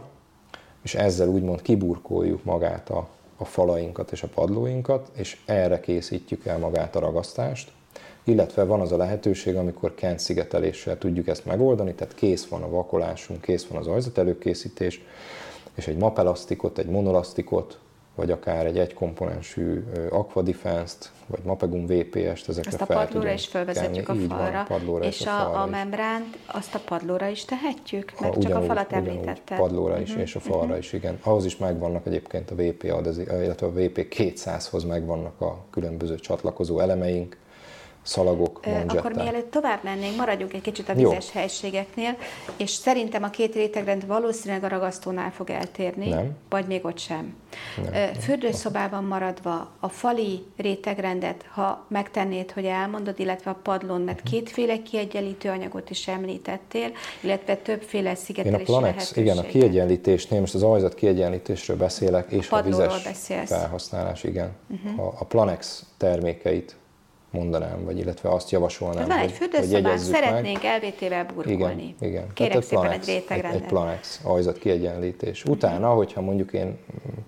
és ezzel úgymond kiburkoljuk magát a, a falainkat és a padlóinkat, és erre készítjük el magát a ragasztást, illetve van az a lehetőség, amikor kentszigeteléssel tudjuk ezt megoldani, tehát kész van a vakolásunk, kész van az ajzat előkészítés, és egy mapelasztikot, egy monolasztikot, vagy akár egy egykomponensű Aquadefense-t, vagy Mapegum vé pé est, ezekre azt a fel padlóra is felvezetjük a falra, van, és a, a, a membránt azt a padlóra is tehetjük? Mert ha, csak ugyanúgy, a falat említetted. Padlóra is, uh-huh, és a falra uh-huh. is, igen. Ahhoz is megvannak egyébként a vé pé, illetve a vé pé kétszázhoz megvannak a különböző csatlakozó elemeink, szalagok, manzsetták. Akkor mielőtt tovább mennénk, maradjunk egy kicsit a vizes Jó. helységeknél, és szerintem a két rétegrend valószínűleg a ragasztónál fog eltérni, nem. vagy még ott sem. Nem. Fürdőszobában maradva a fali rétegrendet, ha megtennéd, hogy elmondod, illetve a padlón, mert kétféle kiegyenlítő anyagot is említettél, illetve többféle szigetelési Én a Planex, lehetőséget. igen, a kiegyenlítésnél, most az ajzat kiegyenlítésről beszélek, és a, a vizes beszélsz. felhasználás, igen. Uh-huh. A, a Planex termékeit mondanám, vagy illetve azt javasolnám, van egy hogy, hogy fürdőszobánk, jegyezzük szeretnénk meg. el vé té-vel burkolni. Igen, igen. Kérek Tehát szépen Planex, egy rétegrendet. Egy, egy Planex ajzat kiegyenlítés. Utána, hogyha mondjuk én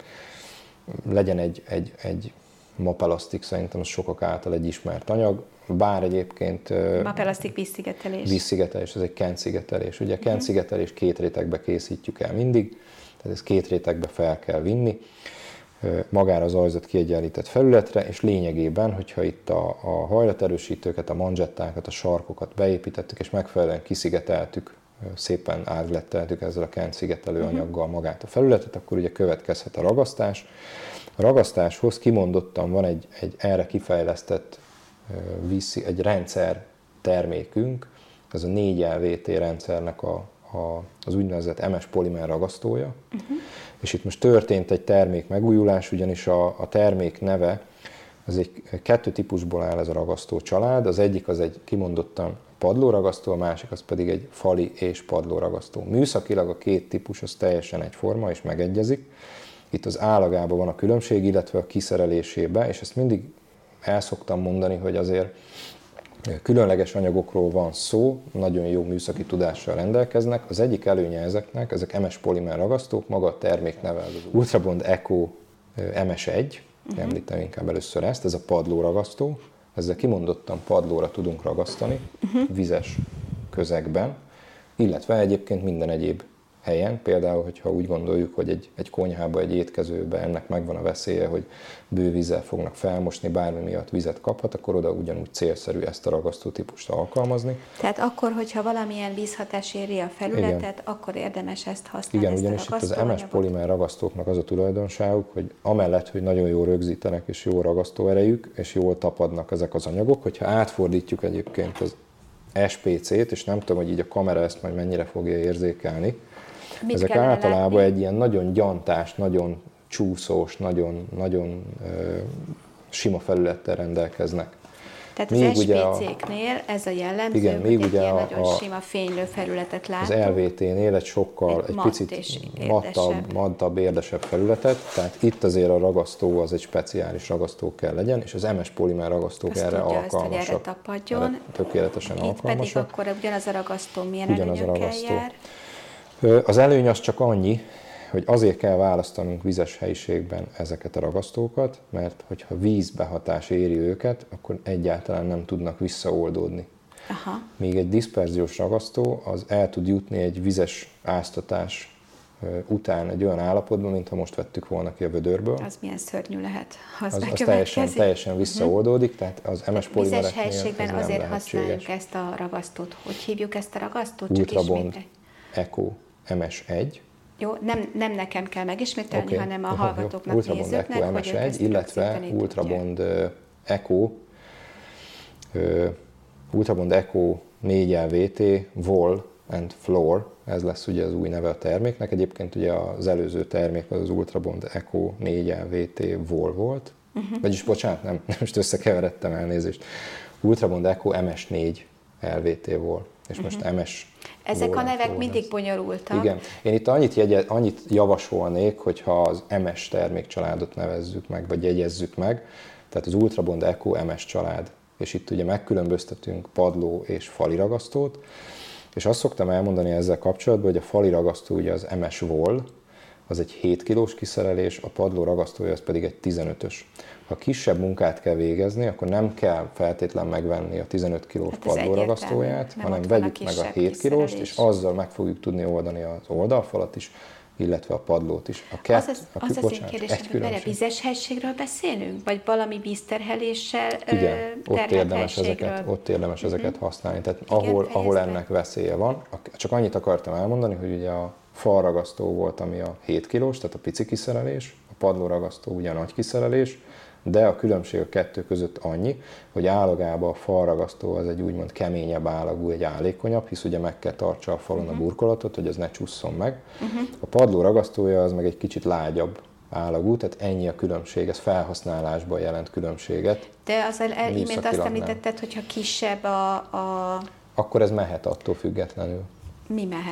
legyen egy, egy, egy mapelasztik, szerintem az sokak által egy ismert anyag, bár egyébként... Mapelasztik vízszigetelés. Vízszigetelés, ez egy kentszigetelés. Ugye a kentszigetelés két rétegbe készítjük el mindig, tehát ezt két rétegbe fel kell vinni magára az ajzat kiegyenlített felületre, és lényegében, hogyha itt a, a hajlaterősítőket, a manzsettákat, a sarkokat beépítettük, és megfelelően kiszigeteltük, szépen átgletteltük ezzel a kentszigetelő anyaggal magát a felületet, akkor ugye következhet a ragasztás. A ragasztáshoz kimondottan van egy, egy erre kifejlesztett víz, egy rendszer termékünk, ez a négy el vé té rendszernek a, a, az úgynevezett em es polimer ragasztója. Uh-huh. És itt most történt egy termék megújulás, ugyanis a, a termék neve, az egy kettő típusból áll ez a ragasztó család, az egyik az egy kimondottan padlóragasztó, a másik az pedig egy fali és padlóragasztó. Műszakilag a két típus az teljesen egyforma és megegyezik. Itt az állagában van a különbség, illetve a kiszerelésében, és ezt mindig el szoktam mondani, hogy azért különleges anyagokról van szó, nagyon jó műszaki tudással rendelkeznek. Az egyik előnye ezeknek, ezek em es polimer ragasztók, maga a termék neve az Ultrabond Eco em es egy, uh-huh. említem inkább először ezt, ez a padlóragasztó, ezzel kimondottan padlóra tudunk ragasztani, uh-huh. vizes közegben, illetve egyébként minden egyéb helyen, például, hogyha úgy gondoljuk, hogy egy, egy konyhába, egy étkezőbe ennek megvan a veszélye, hogy bővízzel fognak felmosni, bármi miatt vizet kaphat, akkor oda ugyanúgy célszerű ezt a ragasztó típust alkalmazni. Tehát akkor, hogyha valamilyen vízhatás éri a felületet, igen. akkor érdemes ezt használni. Igen, ugyanis itt az em es polimer ragasztóknak az a tulajdonságuk, hogy amellett, hogy nagyon jól rögzítenek és jó ragasztóerejük, és jól tapadnak ezek az anyagok, hogyha átfordítjuk egyébként az es pé cét, és nem tudom, hogy így a kamera ezt majd mennyire fogja érzékelni, mit ezek általában látni? Egy ilyen nagyon gyantás, nagyon csúszós, nagyon, nagyon ö, sima felülettel rendelkeznek. Tehát még az es pé céknél ez a jellemző, igen, még hogy ugye egy a, nagyon a, sima fénylő felületet látunk. Az el vé té-nél egy sokkal, egy, egy picit mattabb, mattabb, érdesebb felületet, tehát itt azért a ragasztó az egy speciális ragasztó kell legyen, és az em es polimer ragasztók azt erre tudja, alkalmasak. Azt, hogy erre tapadjon. Erre tökéletesen itt alkalmasak. Itt pedig akkor ugyanaz a ragasztó milyen ugyanaz előnyökkel a ragasztó. jár? Az előny az csak annyi, hogy azért kell választanunk vizes helyiségben ezeket a ragasztókat, mert hogyha vízbehatás éri őket, akkor egyáltalán nem tudnak visszaoldódni. Aha. Míg egy diszperziós ragasztó az el tud jutni egy vizes áztatás után egy olyan állapotban, mintha most vettük volna ki a vödörből. Az milyen szörnyű lehet, ha az, az, az teljesen, teljesen visszaoldódik, uh-huh. tehát az em es polimereknél vizes helységben azért lehetséges. használjuk ezt a ragasztót. Hogy hívjuk ezt a ragasztót? Ultrabond Eco em es egy. Jó, nem, nem nekem kell megismételni, okay. hanem a hallgatóknak, Ultrabond nézőknek, Eco em es egy, illetve Ultrabond uh, Eco uh, Ultrabond Eco négy el vé té Wall and Floor, ez lesz ugye az új neve a terméknek. Egyébként ugye az előző termék az az Ultrabond Eco négy el vé té Wall volt, uh-huh. vagyis bocsánat, nem, nem most összekeveredtem, elnézést. Ultrabond Eco em es négy el vé té Wall, és most uh-huh. em es Ezek a nevek mindig lesz. Bonyolultak. Igen. Én itt annyit, jegye, annyit javasolnék, hogyha az em es termékcsaládot nevezzük meg, vagy jegyezzük meg, tehát az Ultrabond Eco em es család, és itt ugye megkülönböztetünk padló és fali ragasztót, és azt szoktam elmondani ezzel kapcsolatban, hogy a fali ragasztó ugye az em es Wall, az egy hét kilós kiszerelés, a padló ragasztója az pedig egy tizenötös. Ha kisebb munkát kell végezni, akkor nem kell feltétlen megvenni a tizenöt kilós hát padló ragasztóját, hanem vegyük meg a hét kilóst, és azzal meg fogjuk tudni oldani az oldalfalat is, illetve a padlót is. A kett, az az, a, az, az én kérdésem, hogy vele vizes helységről beszélünk? Vagy valami vízterheléssel igen, ott érdemes, ezeket, ott érdemes uh-huh. ezeket használni. Tehát igen, ahol, ahol ennek veszélye van. Csak annyit akartam elmondani, hogy ugye a falragasztó volt, ami a hét kilós, tehát a pici kiszerelés, a padlóragasztó ugye a nagy kiszerelés, de a különbség a kettő között annyi, hogy állagában a falragasztó az egy úgymond keményebb állagú, egy állékonyabb, hisz ugye meg kell tartsa a falon uh-huh. a burkolatot, hogy az ne csusszon meg. Uh-huh. A padló ragasztója az meg egy kicsit lágyabb állagú, tehát ennyi a különbség, ez felhasználásban jelent különbséget. De az el, imént azt említetted, nem. hogyha kisebb a, a... Akkor ez mehet attól függetlenül. Mi mehet?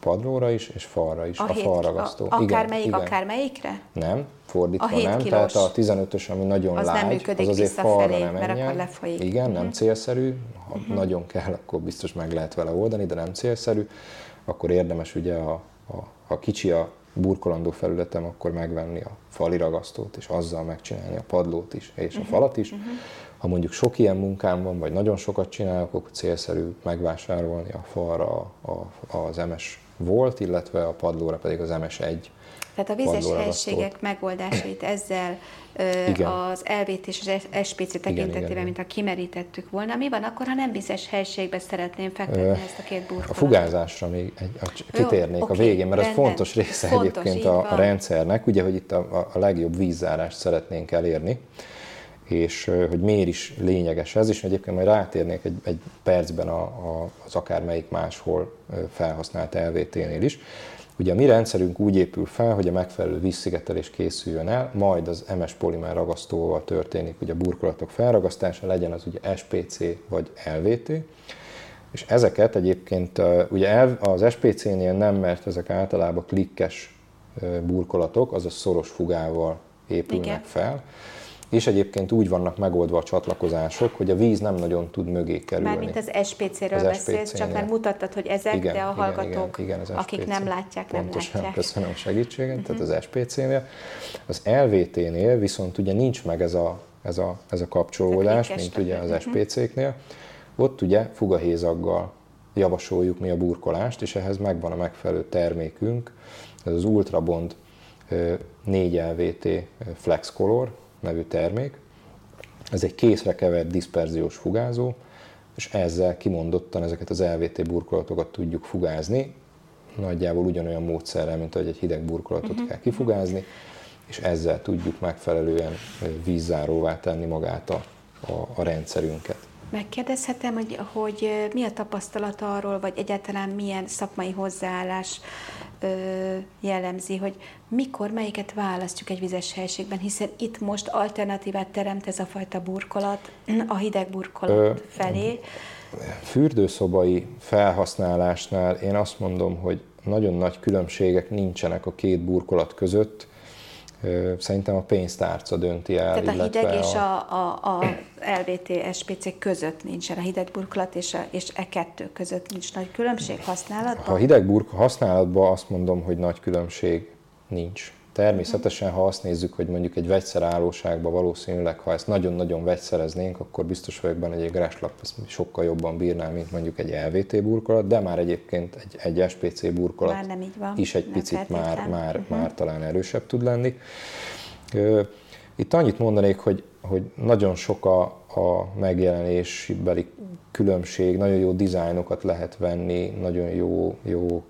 padlóra is, és falra is, a, a falragasztó. A, akár melyik, akár melyikre? Nem, fordítva a nem, tehát a tizenötös, ami nagyon az lágy, nem működik az azért falra nem mert menjen. akkor lefolyik. Igen, uh-huh. nem célszerű, ha uh-huh. nagyon kell, akkor biztos meg lehet vele oldani, de nem célszerű. Akkor érdemes ugye, a, a, ha kicsi a burkolandó felületem, akkor megvenni a fali ragasztót, és azzal megcsinálni a padlót is, és uh-huh. a falat is. Uh-huh. Ha mondjuk sok ilyen munkám van, vagy nagyon sokat csinálok, akkor célszerű megvásárolni a falra a, az em es Volt, illetve a padlóra pedig az em es egy. Tehát a vízes helységek megoldásait ezzel ö, az el vé té és az es pé cé tekintetében, mint ha kimerítettük volna. Mi van akkor, ha nem vízes helységbe szeretném fektetni ö, ezt a két burkolatot? A fugázásra még egy, a, kitérnék Jó, a okay, végén, mert ez rendben. fontos része fontos, egyébként a, a rendszernek, ugye, hogy itt a, a legjobb vízzárást szeretnénk elérni, és hogy miért is lényeges ez, és egyébként majd rátérnék egy, egy percben a, a, az akármelyik máshol felhasznált el vé té-nél is. Ugye a mi rendszerünk úgy épül fel, hogy a megfelelő vízszigetelés készüljön el, majd az em es polimer ragasztóval történik ugye a burkolatok felragasztása, legyen az ugye es pé cé vagy el vé té. És ezeket egyébként ugye az es pé cé-nél nem, mert ezek általában klikkes burkolatok, azaz szoros fugával épülnek Igen. fel. És egyébként úgy vannak megoldva a csatlakozások, hogy a víz nem nagyon tud mögé kerülni. Mármint az es pé cé-ről beszélsz, csak már mutattad, hogy ezek, igen, de a hallgatók, igen, igen, akik nem látják, nem Pontosan, látják. Köszönöm a segítséget, uh-huh. tehát az es pé cé-nél. Az el vé té-nél viszont ugye nincs meg ez a, ez a, ez a kapcsolódás, a mint ugye az uh-huh. es pé cé-knél. Ott ugye fugahézaggal javasoljuk mi a burkolást, és ehhez megvan a megfelelő termékünk, ez az Ultrabond négy el vé té Flex Color nevű termék. Ez egy készre kevert diszperziós fugázó, és ezzel kimondottan ezeket az el vé té burkolatokat tudjuk fugázni, nagyjából ugyanolyan módszerrel, mint ahogy egy hideg burkolatot uh-huh. kell kifugázni, és ezzel tudjuk megfelelően vízzáróvá tenni magát a, a, a rendszerünket. Megkérdezhetem, hogy, hogy mi a tapasztalata arról, vagy egyáltalán milyen szakmai hozzáállás ö, jellemzi, hogy mikor melyiket választjuk egy vizes helységben, hiszen itt most alternatívát teremt ez a fajta burkolat a hideg burkolat ö, felé. Fürdőszobai felhasználásnál én azt mondom, hogy nagyon nagy különbségek nincsenek a két burkolat között. Szerintem a pénztárca dönti el. Tehát a hideg és a, a, a el vé té es pé cé között nincsen, a hideg burkolat és, a, és e kettő között nincs nagy különbség használatban? Ha a hideg burkolat használatban azt mondom, hogy nagy különbség nincs. Természetesen, ha azt nézzük, hogy mondjuk egy vegyszerállóságban valószínűleg, ha ezt nagyon-nagyon vegyszereznénk, akkor biztos vagyok benne, hogy egy Grasslap sokkal jobban bírná, mint mondjuk egy el vé té burkolat, de már egyébként egy, egy es pé cé burkolat már nem így van, is egy picit már, már, uh-huh. már talán erősebb tud lenni. Itt annyit mondanék, hogy, hogy nagyon sok a, a megjelenésbeli különbség, nagyon jó dizájnokat lehet venni, nagyon jó, jó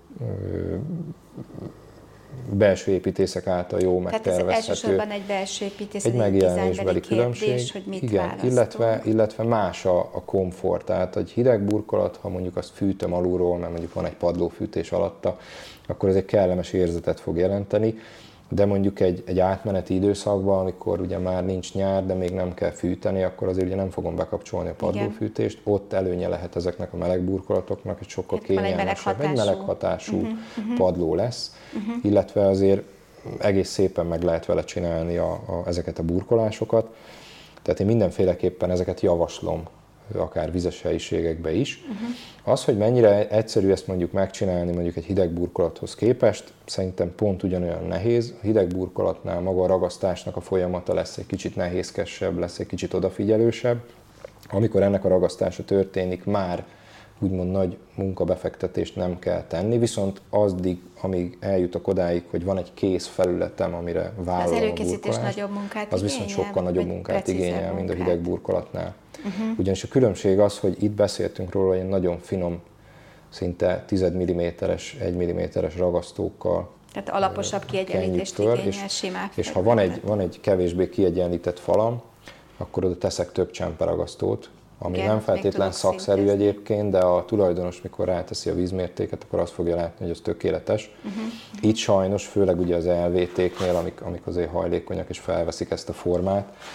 belső építészek által jó megtervezhető. Tehát ez elsősorban egy belső építész, egy megjelenésbeli különbség, kérdés, hogy mit igen, illetve, illetve más a, a komfort. Tehát egy hideg burkolat, ha mondjuk azt fűtöm alulról, mert mondjuk van egy padlófűtés alatta, akkor ez egy kellemes érzetet fog jelenteni. De mondjuk egy, egy átmeneti időszakban, amikor ugye már nincs nyár, de még nem kell fűteni, akkor azért ugye nem fogom bekapcsolni a padlófűtést. Igen. Ott előnye lehet ezeknek a meleg burkolatoknak, hogy sokkal hát kényelmesebb, egy meleg hatású uh-huh, uh-huh. padló lesz, uh-huh. illetve azért egész szépen meg lehet vele csinálni a, a, ezeket a burkolásokat. Tehát én mindenféleképpen ezeket javaslom, akár vizes helyiségekbe is. Uh-huh. Az, hogy mennyire egyszerű ezt mondjuk megcsinálni mondjuk egy hideg burkolathoz képest, szerintem pont ugyanolyan nehéz. A hideg burkolatnál maga a ragasztásnak a folyamata lesz egy kicsit nehézkesebb, lesz egy kicsit odafigyelősebb. Amikor ennek a ragasztása történik, már úgymond nagy munkabefektetést nem kell tenni, viszont addig, amíg eljutok odáig, hogy van egy kész felületem, amire vállalom az előkészítés a nagyobb munkát az viszont igényel, sokkal nagyobb munkát igényel, munkát. mint a hideg burkolatnál. Uh-huh. Ugyanis a különbség az, hogy itt beszéltünk róla, hogy nagyon finom, szinte tíz milliméteres, egy milliméteres ragasztókkal. Tehát alaposabb kiegyenlítést igényel, és, simább. És ha van egy, van egy kevésbé kiegyenlített falam, akkor oda teszek több csemperagasztót, ami Igen, nem feltétlen szakszerű szintézni. Egyébként, de a tulajdonos, mikor ráteszi a vízmértéket, akkor azt fogja látni, hogy az tökéletes. Uh-huh, uh-huh. Itt sajnos, főleg ugye az el vé té-knél, amik, amik azért hajlékonyak és felveszik ezt a formát,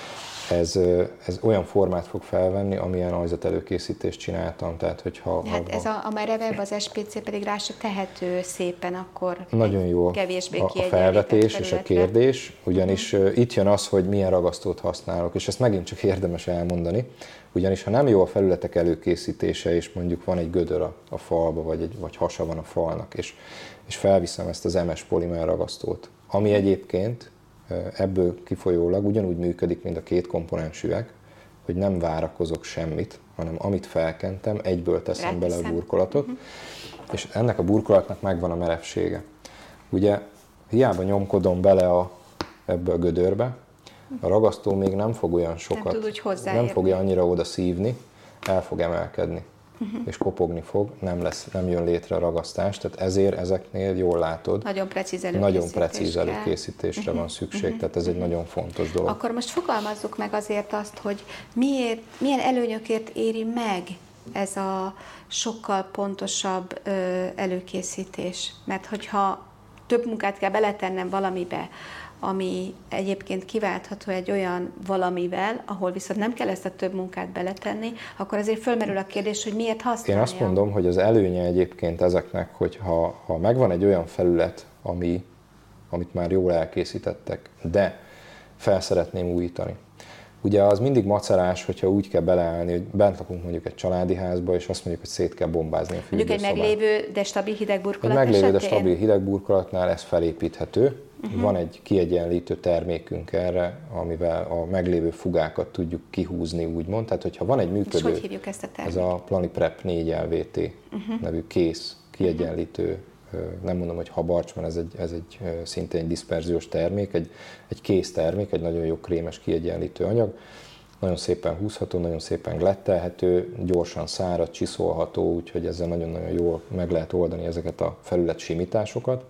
ez, ez olyan formát fog felvenni, amilyen ajzat előkészítést csináltam. Tehát, hogyha, hát ha, ez a, a merevebb, az es pé cé pedig rá se tehető szépen, akkor nagyon jó kevésbé a, a felvetés és a kérdés, ugyanis uh-huh. itt jön az, hogy milyen ragasztót használok, és ezt megint csak érdemes elmondani, ugyanis ha nem jó a felületek előkészítése, és mondjuk van egy gödör a, a falba, vagy, egy, vagy hasa van a falnak, és, és felviszem ezt az em es polimer ragasztót, ami egyébként ebből kifolyólag ugyanúgy működik, mint a két komponens üveg, hogy nem várakozok semmit, hanem amit felkentem, egyből teszem Rátiszem. bele a burkolatot, uh-huh. és ennek a burkolatnak megvan a merevsége. Ugye hiába nyomkodom bele a, ebbe a gödörbe, a ragasztó még nem fog olyan sokat, nem, nem fogja annyira oda szívni, el fog emelkedni, uh-huh. és kopogni fog, nem, lesz, nem jön létre a ragasztás, tehát ezért ezeknél jól látod, nagyon precíz előkészítés nagyon precíz előkészítésre uh-huh. van szükség, uh-huh. tehát ez egy nagyon fontos dolog. Akkor most fogalmazzuk meg azért azt, hogy miért, milyen előnyökért éri meg ez a sokkal pontosabb ö, előkészítés, mert hogyha több munkát kell beletennem valamibe, ami egyébként kiváltható egy olyan valamivel, ahol viszont nem kell ezt a több munkát beletenni, akkor azért fölmerül a kérdés, hogy miért használja. Én azt mondom, hogy az előnye egyébként ezeknek, hogy ha, ha megvan egy olyan felület, ami, amit már jól elkészítettek, de fel szeretném újítani. Ugye az mindig macerás, hogyha úgy kell beleállni, hogy bent lakunk mondjuk egy családi házba, és azt mondjuk, hogy szét kell bombázni a fürdőszobát. Mondjuk egy meglévő, de stabil hidegburkolat Egy meglévő, esetén? de stabil hidegburkolatnál ez felépíthető. Uh-huh. Van egy kiegyenlítő termékünk erre, amivel a meglévő fugákat tudjuk kihúzni, úgymond. Tehát, hogyha van egy működő... És hogy hívjuk ezt a terméket? Ez a Planiprep négy el vé té uh-huh. nevű kész, kiegyenlítő, uh-huh. nem mondom, hogy habarcs, mert ez egy, ez egy szintén egy diszperziós termék, egy, egy kész termék, egy nagyon jó krémes kiegyenlítő anyag. Nagyon szépen húzható, nagyon szépen glettelhető, gyorsan szárad, csiszolható, úgyhogy ezzel nagyon-nagyon jól meg lehet oldani ezeket a felület simításokat.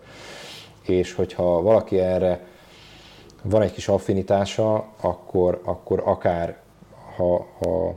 És hogyha valaki erre van egy kis affinitása, akkor, akkor akár, ha, ha,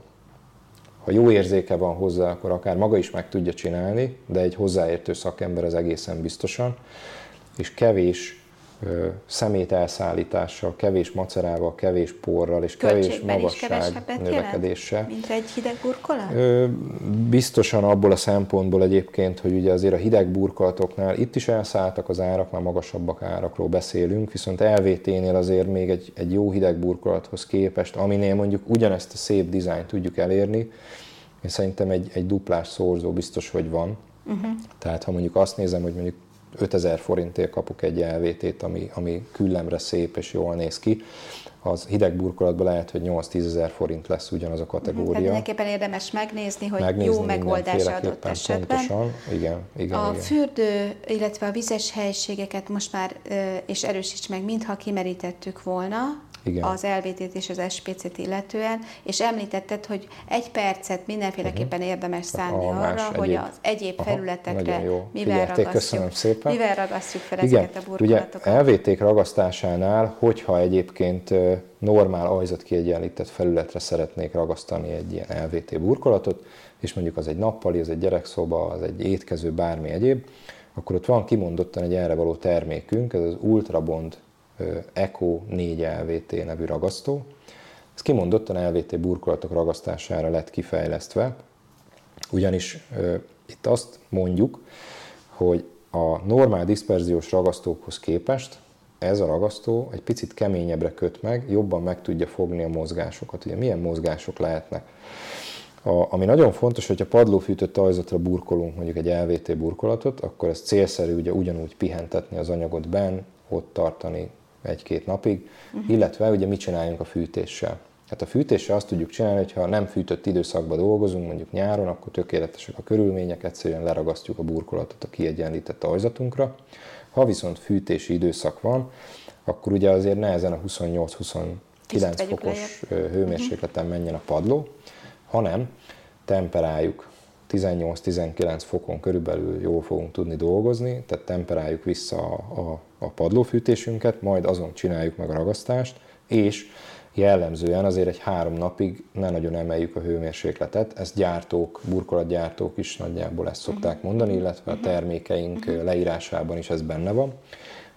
ha jó érzéke van hozzá, akkor akár maga is meg tudja csinálni, de egy hozzáértő szakember az egészen biztosan, és kevés ö, szemét elszállítással, kevés macerával, kevés porral és kevés magasság növekedéssel. Jelent, mint egy hideg burkolat? Ö, biztosan abból a szempontból egyébként, hogy ugye azért a hideg burkolatoknál itt is elszálltak az árak, már magasabbak árakról beszélünk, viszont el vé té-nél azért még egy, egy jó hideg burkolathoz képest, aminél mondjuk ugyanezt a szép dizájnt tudjuk elérni, én szerintem egy, egy duplás szorzó biztos, hogy van. Uh-huh. Tehát ha mondjuk azt nézem, hogy mondjuk ötezer forintért kapok egy el vé té-t, ami, ami küllemre szép és jól néz ki, az hideg burkolatban lehet, hogy nyolc-tízezer forint lesz ugyanaz a kategória. Tehát mindenképpen érdemes megnézni, hogy megnézni jó megoldás adott esetben. Pontosan, igen, igen, a igen. fürdő, illetve a vizes helységeket most már, és erősíts meg, mintha kimerítettük volna, igen. az el vé té-t és az es pé cé-t illetően, és említetted, hogy egy percet mindenféleképpen uh-huh. érdemes szánni a arra, egyéb, hogy az egyéb aha, felületekre mivel ragasztjuk, mivel ragasztjuk fel igen. ezeket a burkolatokat. Ugye el vé té-k ragasztásánál, hogyha egyébként normál ajzatkiegyenlített felületre szeretnék ragasztani egy ilyen el vé té burkolatot, és mondjuk az egy nappali, az egy gyerekszoba, az egy étkező, bármi egyéb, akkor ott van kimondottan egy erre való termékünk, ez az Ultrabond Eco négy el vé té nevű ragasztó. Ez kimondottan el vé té burkolatok ragasztására lett kifejlesztve, ugyanis e, itt azt mondjuk, hogy a normál diszperziós ragasztókhoz képest ez a ragasztó egy picit keményebbre köt meg, jobban meg tudja fogni a mozgásokat. Ugye milyen mozgások lehetnek? A, ami nagyon fontos, hogyha padlófűtött ajzatra burkolunk mondjuk egy el vé té burkolatot, akkor ez célszerű ugye ugyanúgy pihentetni az anyagot benn, ott tartani egy-két napig, uh-huh. illetve ugye mit csináljunk a fűtéssel. Hát a fűtéssel azt tudjuk csinálni, hogy ha nem fűtött időszakban dolgozunk, mondjuk nyáron, akkor tökéletesek a körülmények, egyszerűen leragasztjuk a burkolatot a kiegyenlített ajzatunkra. Ha viszont fűtési időszak van, akkor ugye azért nehezen a huszonnyolc-huszonkilenc fokos lejjebb. hőmérsékleten uh-huh. menjen a padló, hanem temperáljuk tizennyolc-tizenkilenc fokon körülbelül jól fogunk tudni dolgozni, tehát temperáljuk vissza a, a, a padlófűtésünket, majd azon csináljuk meg a ragasztást, és jellemzően azért egy három napig ne nagyon emeljük a hőmérsékletet, ezt gyártók, burkolatgyártók is nagyjából ezt szokták mondani, illetve a termékeink leírásában is ez benne van,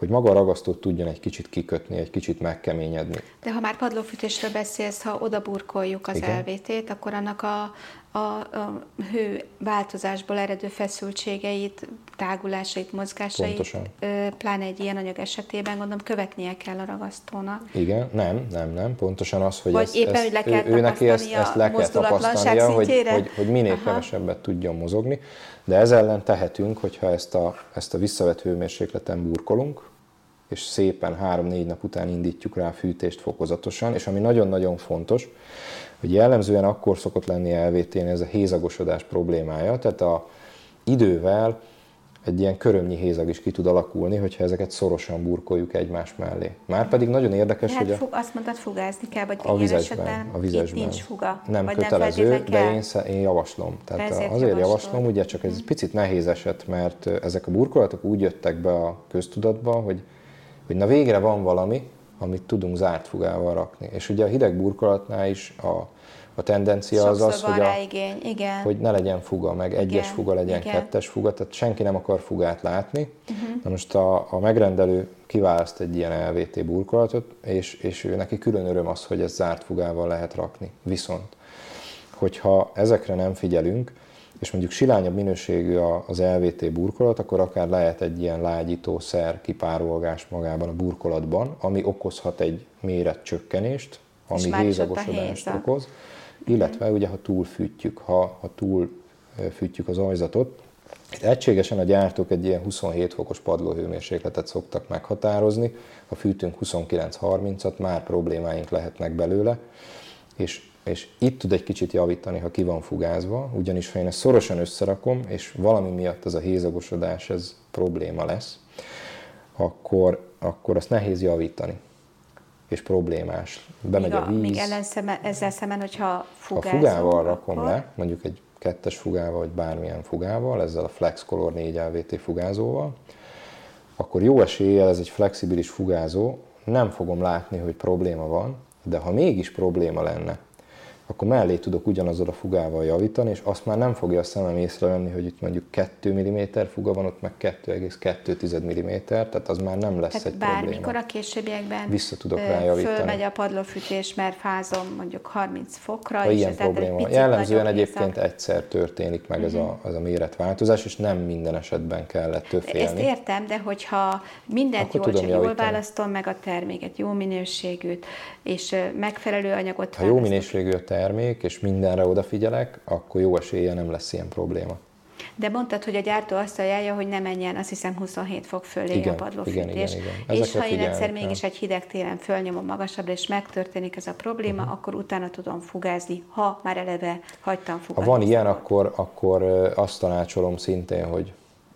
hogy maga a ragasztót tudjon egy kicsit kikötni, egy kicsit megkeményedni. De ha már padlófűtésről beszélsz, ha oda burkoljuk az el vé tét, akkor annak a, a, a hő változásból eredő feszültségeit, tágulásait, mozgásait, Pontosan. pláne egy ilyen anyag esetében gondolom követnie kell a ragasztónak. Igen, nem, nem, nem. Pontosan az, hogy Vagy ezt, éppen, ezt, hogy le kell ő, ő neki ezt, ezt le kell tapasztania, hogy, hogy, hogy minél Aha. kevesebbet tudjon mozogni, de ez ellen tehetünk, hogyha ezt a, ezt a visszavett hőmérsékleten burkolunk, és szépen három-négy nap után indítjuk rá a fűtést fokozatosan, és ami nagyon-nagyon fontos, hogy jellemzően akkor szokott lenni el vé tén ez a hézagosodás problémája, tehát a idővel egy ilyen körömnyi hézag is ki tud alakulni, hogyha ezeket szorosan burkoljuk egymás mellé. Márpedig nagyon érdekes, hát hogy a, fug, azt mondtad, fugázni kell, vagy a vizesben, esetben a vizesben. Itt nincs fuga. Nem vagy kötelező, nem de én, én javaslom. Tehát Ezért azért javaslod. javaslom, ugye csak ez egy picit nehéz eset, mert ezek a burkolatok úgy jöttek be a köztudatba, hogy, hogy na végre van valami, amit tudunk zárt fugával rakni. És ugye a hideg burkolatnál is a A tendencia Sokszor az az, hogy, a, igény. Igen. hogy ne legyen fuga, meg egyes Igen. fuga legyen, Igen. kettes fuga, tehát senki nem akar fugát látni. Uh-huh. Na most a, a megrendelő kiválaszt egy ilyen el vé té burkolatot, és, és ő neki külön öröm az, hogy ezt zárt fugával lehet rakni. Viszont, hogyha ezekre nem figyelünk, és mondjuk silányabb minőségű az el vé té burkolat, akkor akár lehet egy ilyen lágyítószer kipárolgás magában a burkolatban, ami okozhat egy méretcsökkenést, ami hézagosodást okoz, illetve ugye ha túlfűtjük, ha, ha túlfűtjük az ajzatot. Itt egységesen a gyártók egy ilyen huszonhét fokos padlóhőmérsékletet szoktak meghatározni, ha fűtünk huszonkilenc harmincat, már problémáink lehetnek belőle, és, és itt tud egy kicsit javítani, ha ki van fugázva, ugyanis ha én ezt szorosan összerakom, és valami miatt ez a hézagosodás, ez probléma lesz, akkor, akkor azt nehéz javítani. És problémás. Bemegy még a, a víz. Még ellenszeme, ezzel szemben, hogyha fugázom, ha fugával rakom akkor... le, mondjuk egy kettes fugával, vagy bármilyen fugával, ezzel a Flex Color négy el vé té fugázóval, akkor jó eséllyel ez egy flexibilis fugázó, nem fogom látni, hogy probléma van, de ha mégis probléma lenne, akkor mellé tudok ugyanazzal a fugával javítani, és azt már nem fogja a szemem észrevenni, hogy itt mondjuk kettő milliméter fuga van, ott meg kettő egész kettő milliméter, tehát az már nem lesz tehát egy bármikor probléma. Bármikor a későbbiekben vissza tudok rá javítani. Fölmegy a padlófűtés, mert fázom mondjuk harminc fokra. Ha és ilyen probléma. Jellemzően egyébként hézag. egyszer történik meg uh-huh. ez, a, ez a méretváltozás, és nem minden esetben kell ettől félni. Ezt értem, de hogyha mindent Akkor jól, csak javítani. jól választom meg a terméket, jó minőségűt, és megfelelő anyagot Ha jó minőségű a termék, és mindenre odafigyelek, akkor jó eséllyel nem lesz ilyen probléma. De mondtad, hogy a gyártó azt ajánlja, hogy ne menjen, azt hiszem huszonhét fok fölé igen, a padlófűtés. Igen, igen, igen. És ha én egyszer kell. mégis egy hideg télen fölnyomom magasabbra, és megtörténik ez a probléma, uh-huh. akkor utána tudom fugázni, ha már eleve hagytam fugatni. Ha van ilyen, akkor, akkor azt tanácsolom szintén, hogy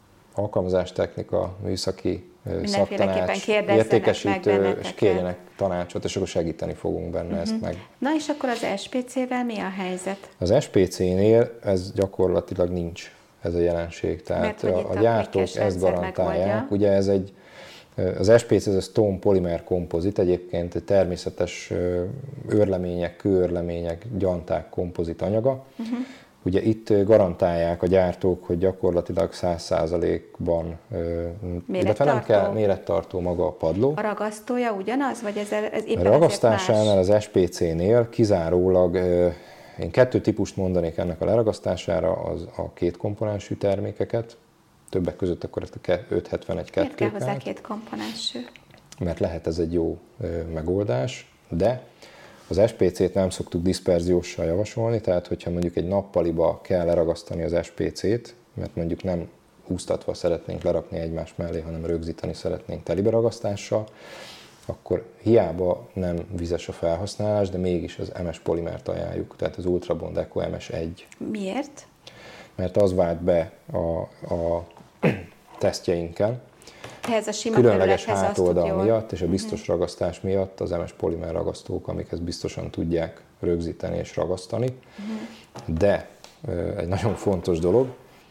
alkalmazástechnika, műszaki szaktanács, értékesítő, és kérjenek tanácsot, és akkor segíteni fogunk benne uh-huh. ezt meg. Na és akkor az es pé cé-vel mi a helyzet? Az es pé cé-nél ez gyakorlatilag nincs, ez a jelenség. Tehát Mert, a, a gyártók ezt garantálják. Megoldja. Ugye ez egy, az es pé cé, ez a Stone Polymer Composite, egyébként természetes őrlemények, kőőrlemények, gyanták kompozit anyaga. Uh-huh. Ugye itt garantálják a gyártók, hogy gyakorlatilag száz százalékban, illetve nem kell mérettartó maga a padló. A ragasztója ugyanaz, vagy ez, ez éppen a ragasztásánál az es pé cé-nél kizárólag, én kettő típust mondanék ennek a leragasztására, az a két komponensű termékeket, többek között akkor ezt a ötszázhetvenegy kettő. Miért kell hozzá két komponensű? Mert lehet ez egy jó megoldás, de az es pé cé-t nem szoktuk diszperzióssal javasolni, tehát hogyha mondjuk egy nappaliba kell leragasztani az es pé cé-t, mert mondjuk nem úsztatva szeretnénk lerakni egymás mellé, hanem rögzíteni szeretnénk teliberagasztással, akkor hiába nem vizes a felhasználás, de mégis az em es polimert ajánljuk, tehát az Ultrabond Eco em es egy. Miért? Mert az vált be a, a tesztjeinkkel, ez a sima különleges hátoldal miatt és a biztos uh-huh. ragasztás miatt az em es polimer ragasztók, amik ezt biztosan tudják rögzíteni és ragasztani. Uh-huh. De egy nagyon fontos dolog,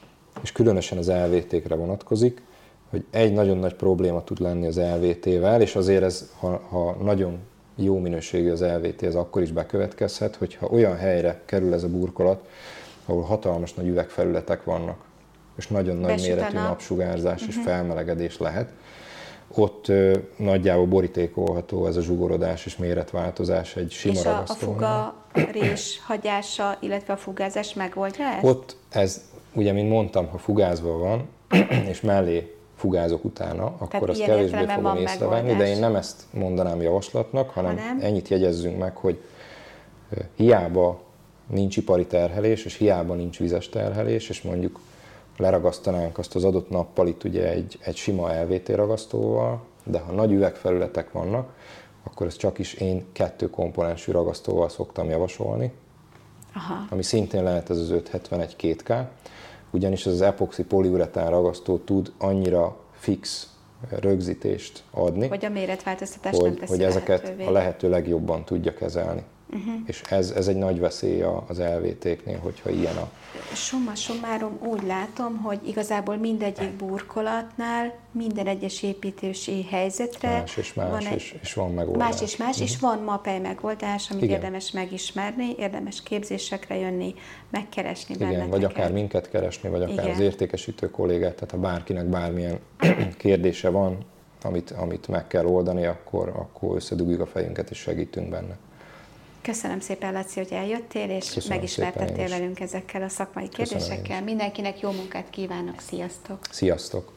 és különösen az el vé té-kre vonatkozik, hogy egy nagyon nagy probléma tud lenni az el vé té-vel, és azért ez, ha, ha nagyon jó minőségű az el vé té, ez akkor is bekövetkezhet, hogyha olyan helyre kerül ez a burkolat, ahol hatalmas nagy üvegfelületek vannak, és nagyon nagy Besüt méretű a nap. napsugárzás uh-huh. és felmelegedés lehet, ott ö, nagyjából borítékolható ez a zsugorodás és méretváltozás egy sima és a, a ragasztónál. fuga rés hagyása, illetve a fugázás megoldja ezt? Ott ez, ugye, mint mondtam, ha fugázva van, és mellé fugázok utána, akkor Tehát azt ilyen kevésbé értelemben fogom van észrevenni, de megoldás. én nem ezt mondanám javaslatnak, hanem Hanem? ennyit jegyezzünk meg, hogy ö, hiába nincs ipari terhelés, és hiába nincs vizes terhelés, és mondjuk leragasztanánk azt az adott nappalit ugye egy, egy sima el vé té ragasztóval, de ha nagy üvegfelületek vannak, akkor ezt csak is én kettő komponensű ragasztóval szoktam javasolni, Aha. ami szintén lehet ez az ötszázhetvenegy két ká, ugyanis ez az epoxi poliuretán ragasztó tud annyira fix rögzítést adni, Hogy a méretváltoztatás nem hogy, teszi hogy ezeket lehetővé. a lehető legjobban tudja kezelni. Uh-huh. És ez, ez egy nagy veszély az el vé té-knél, hogyha ilyen a... Summa summarum úgy látom, hogy igazából mindegyik burkolatnál, minden egyes építési helyzetre Más és más, van egy, és, és van megoldás. más és más, uh-huh. és van MAPEI megoldás, amit Igen. érdemes megismerni, érdemes képzésekre jönni, megkeresni Igen, benneteket. vagy akár minket keresni, vagy akár Igen. az értékesítő kollégát, tehát ha bárkinek bármilyen kérdése van, amit, amit meg kell oldani, akkor, akkor összedugjuk a fejünket és segítünk benne. Köszönöm szépen, Laci, hogy eljöttél, és Köszönöm megismertettél szépen én is. velünk ezekkel a szakmai Köszönöm én kérdésekkel. is. Mindenkinek jó munkát kívánok, sziasztok! Sziasztok!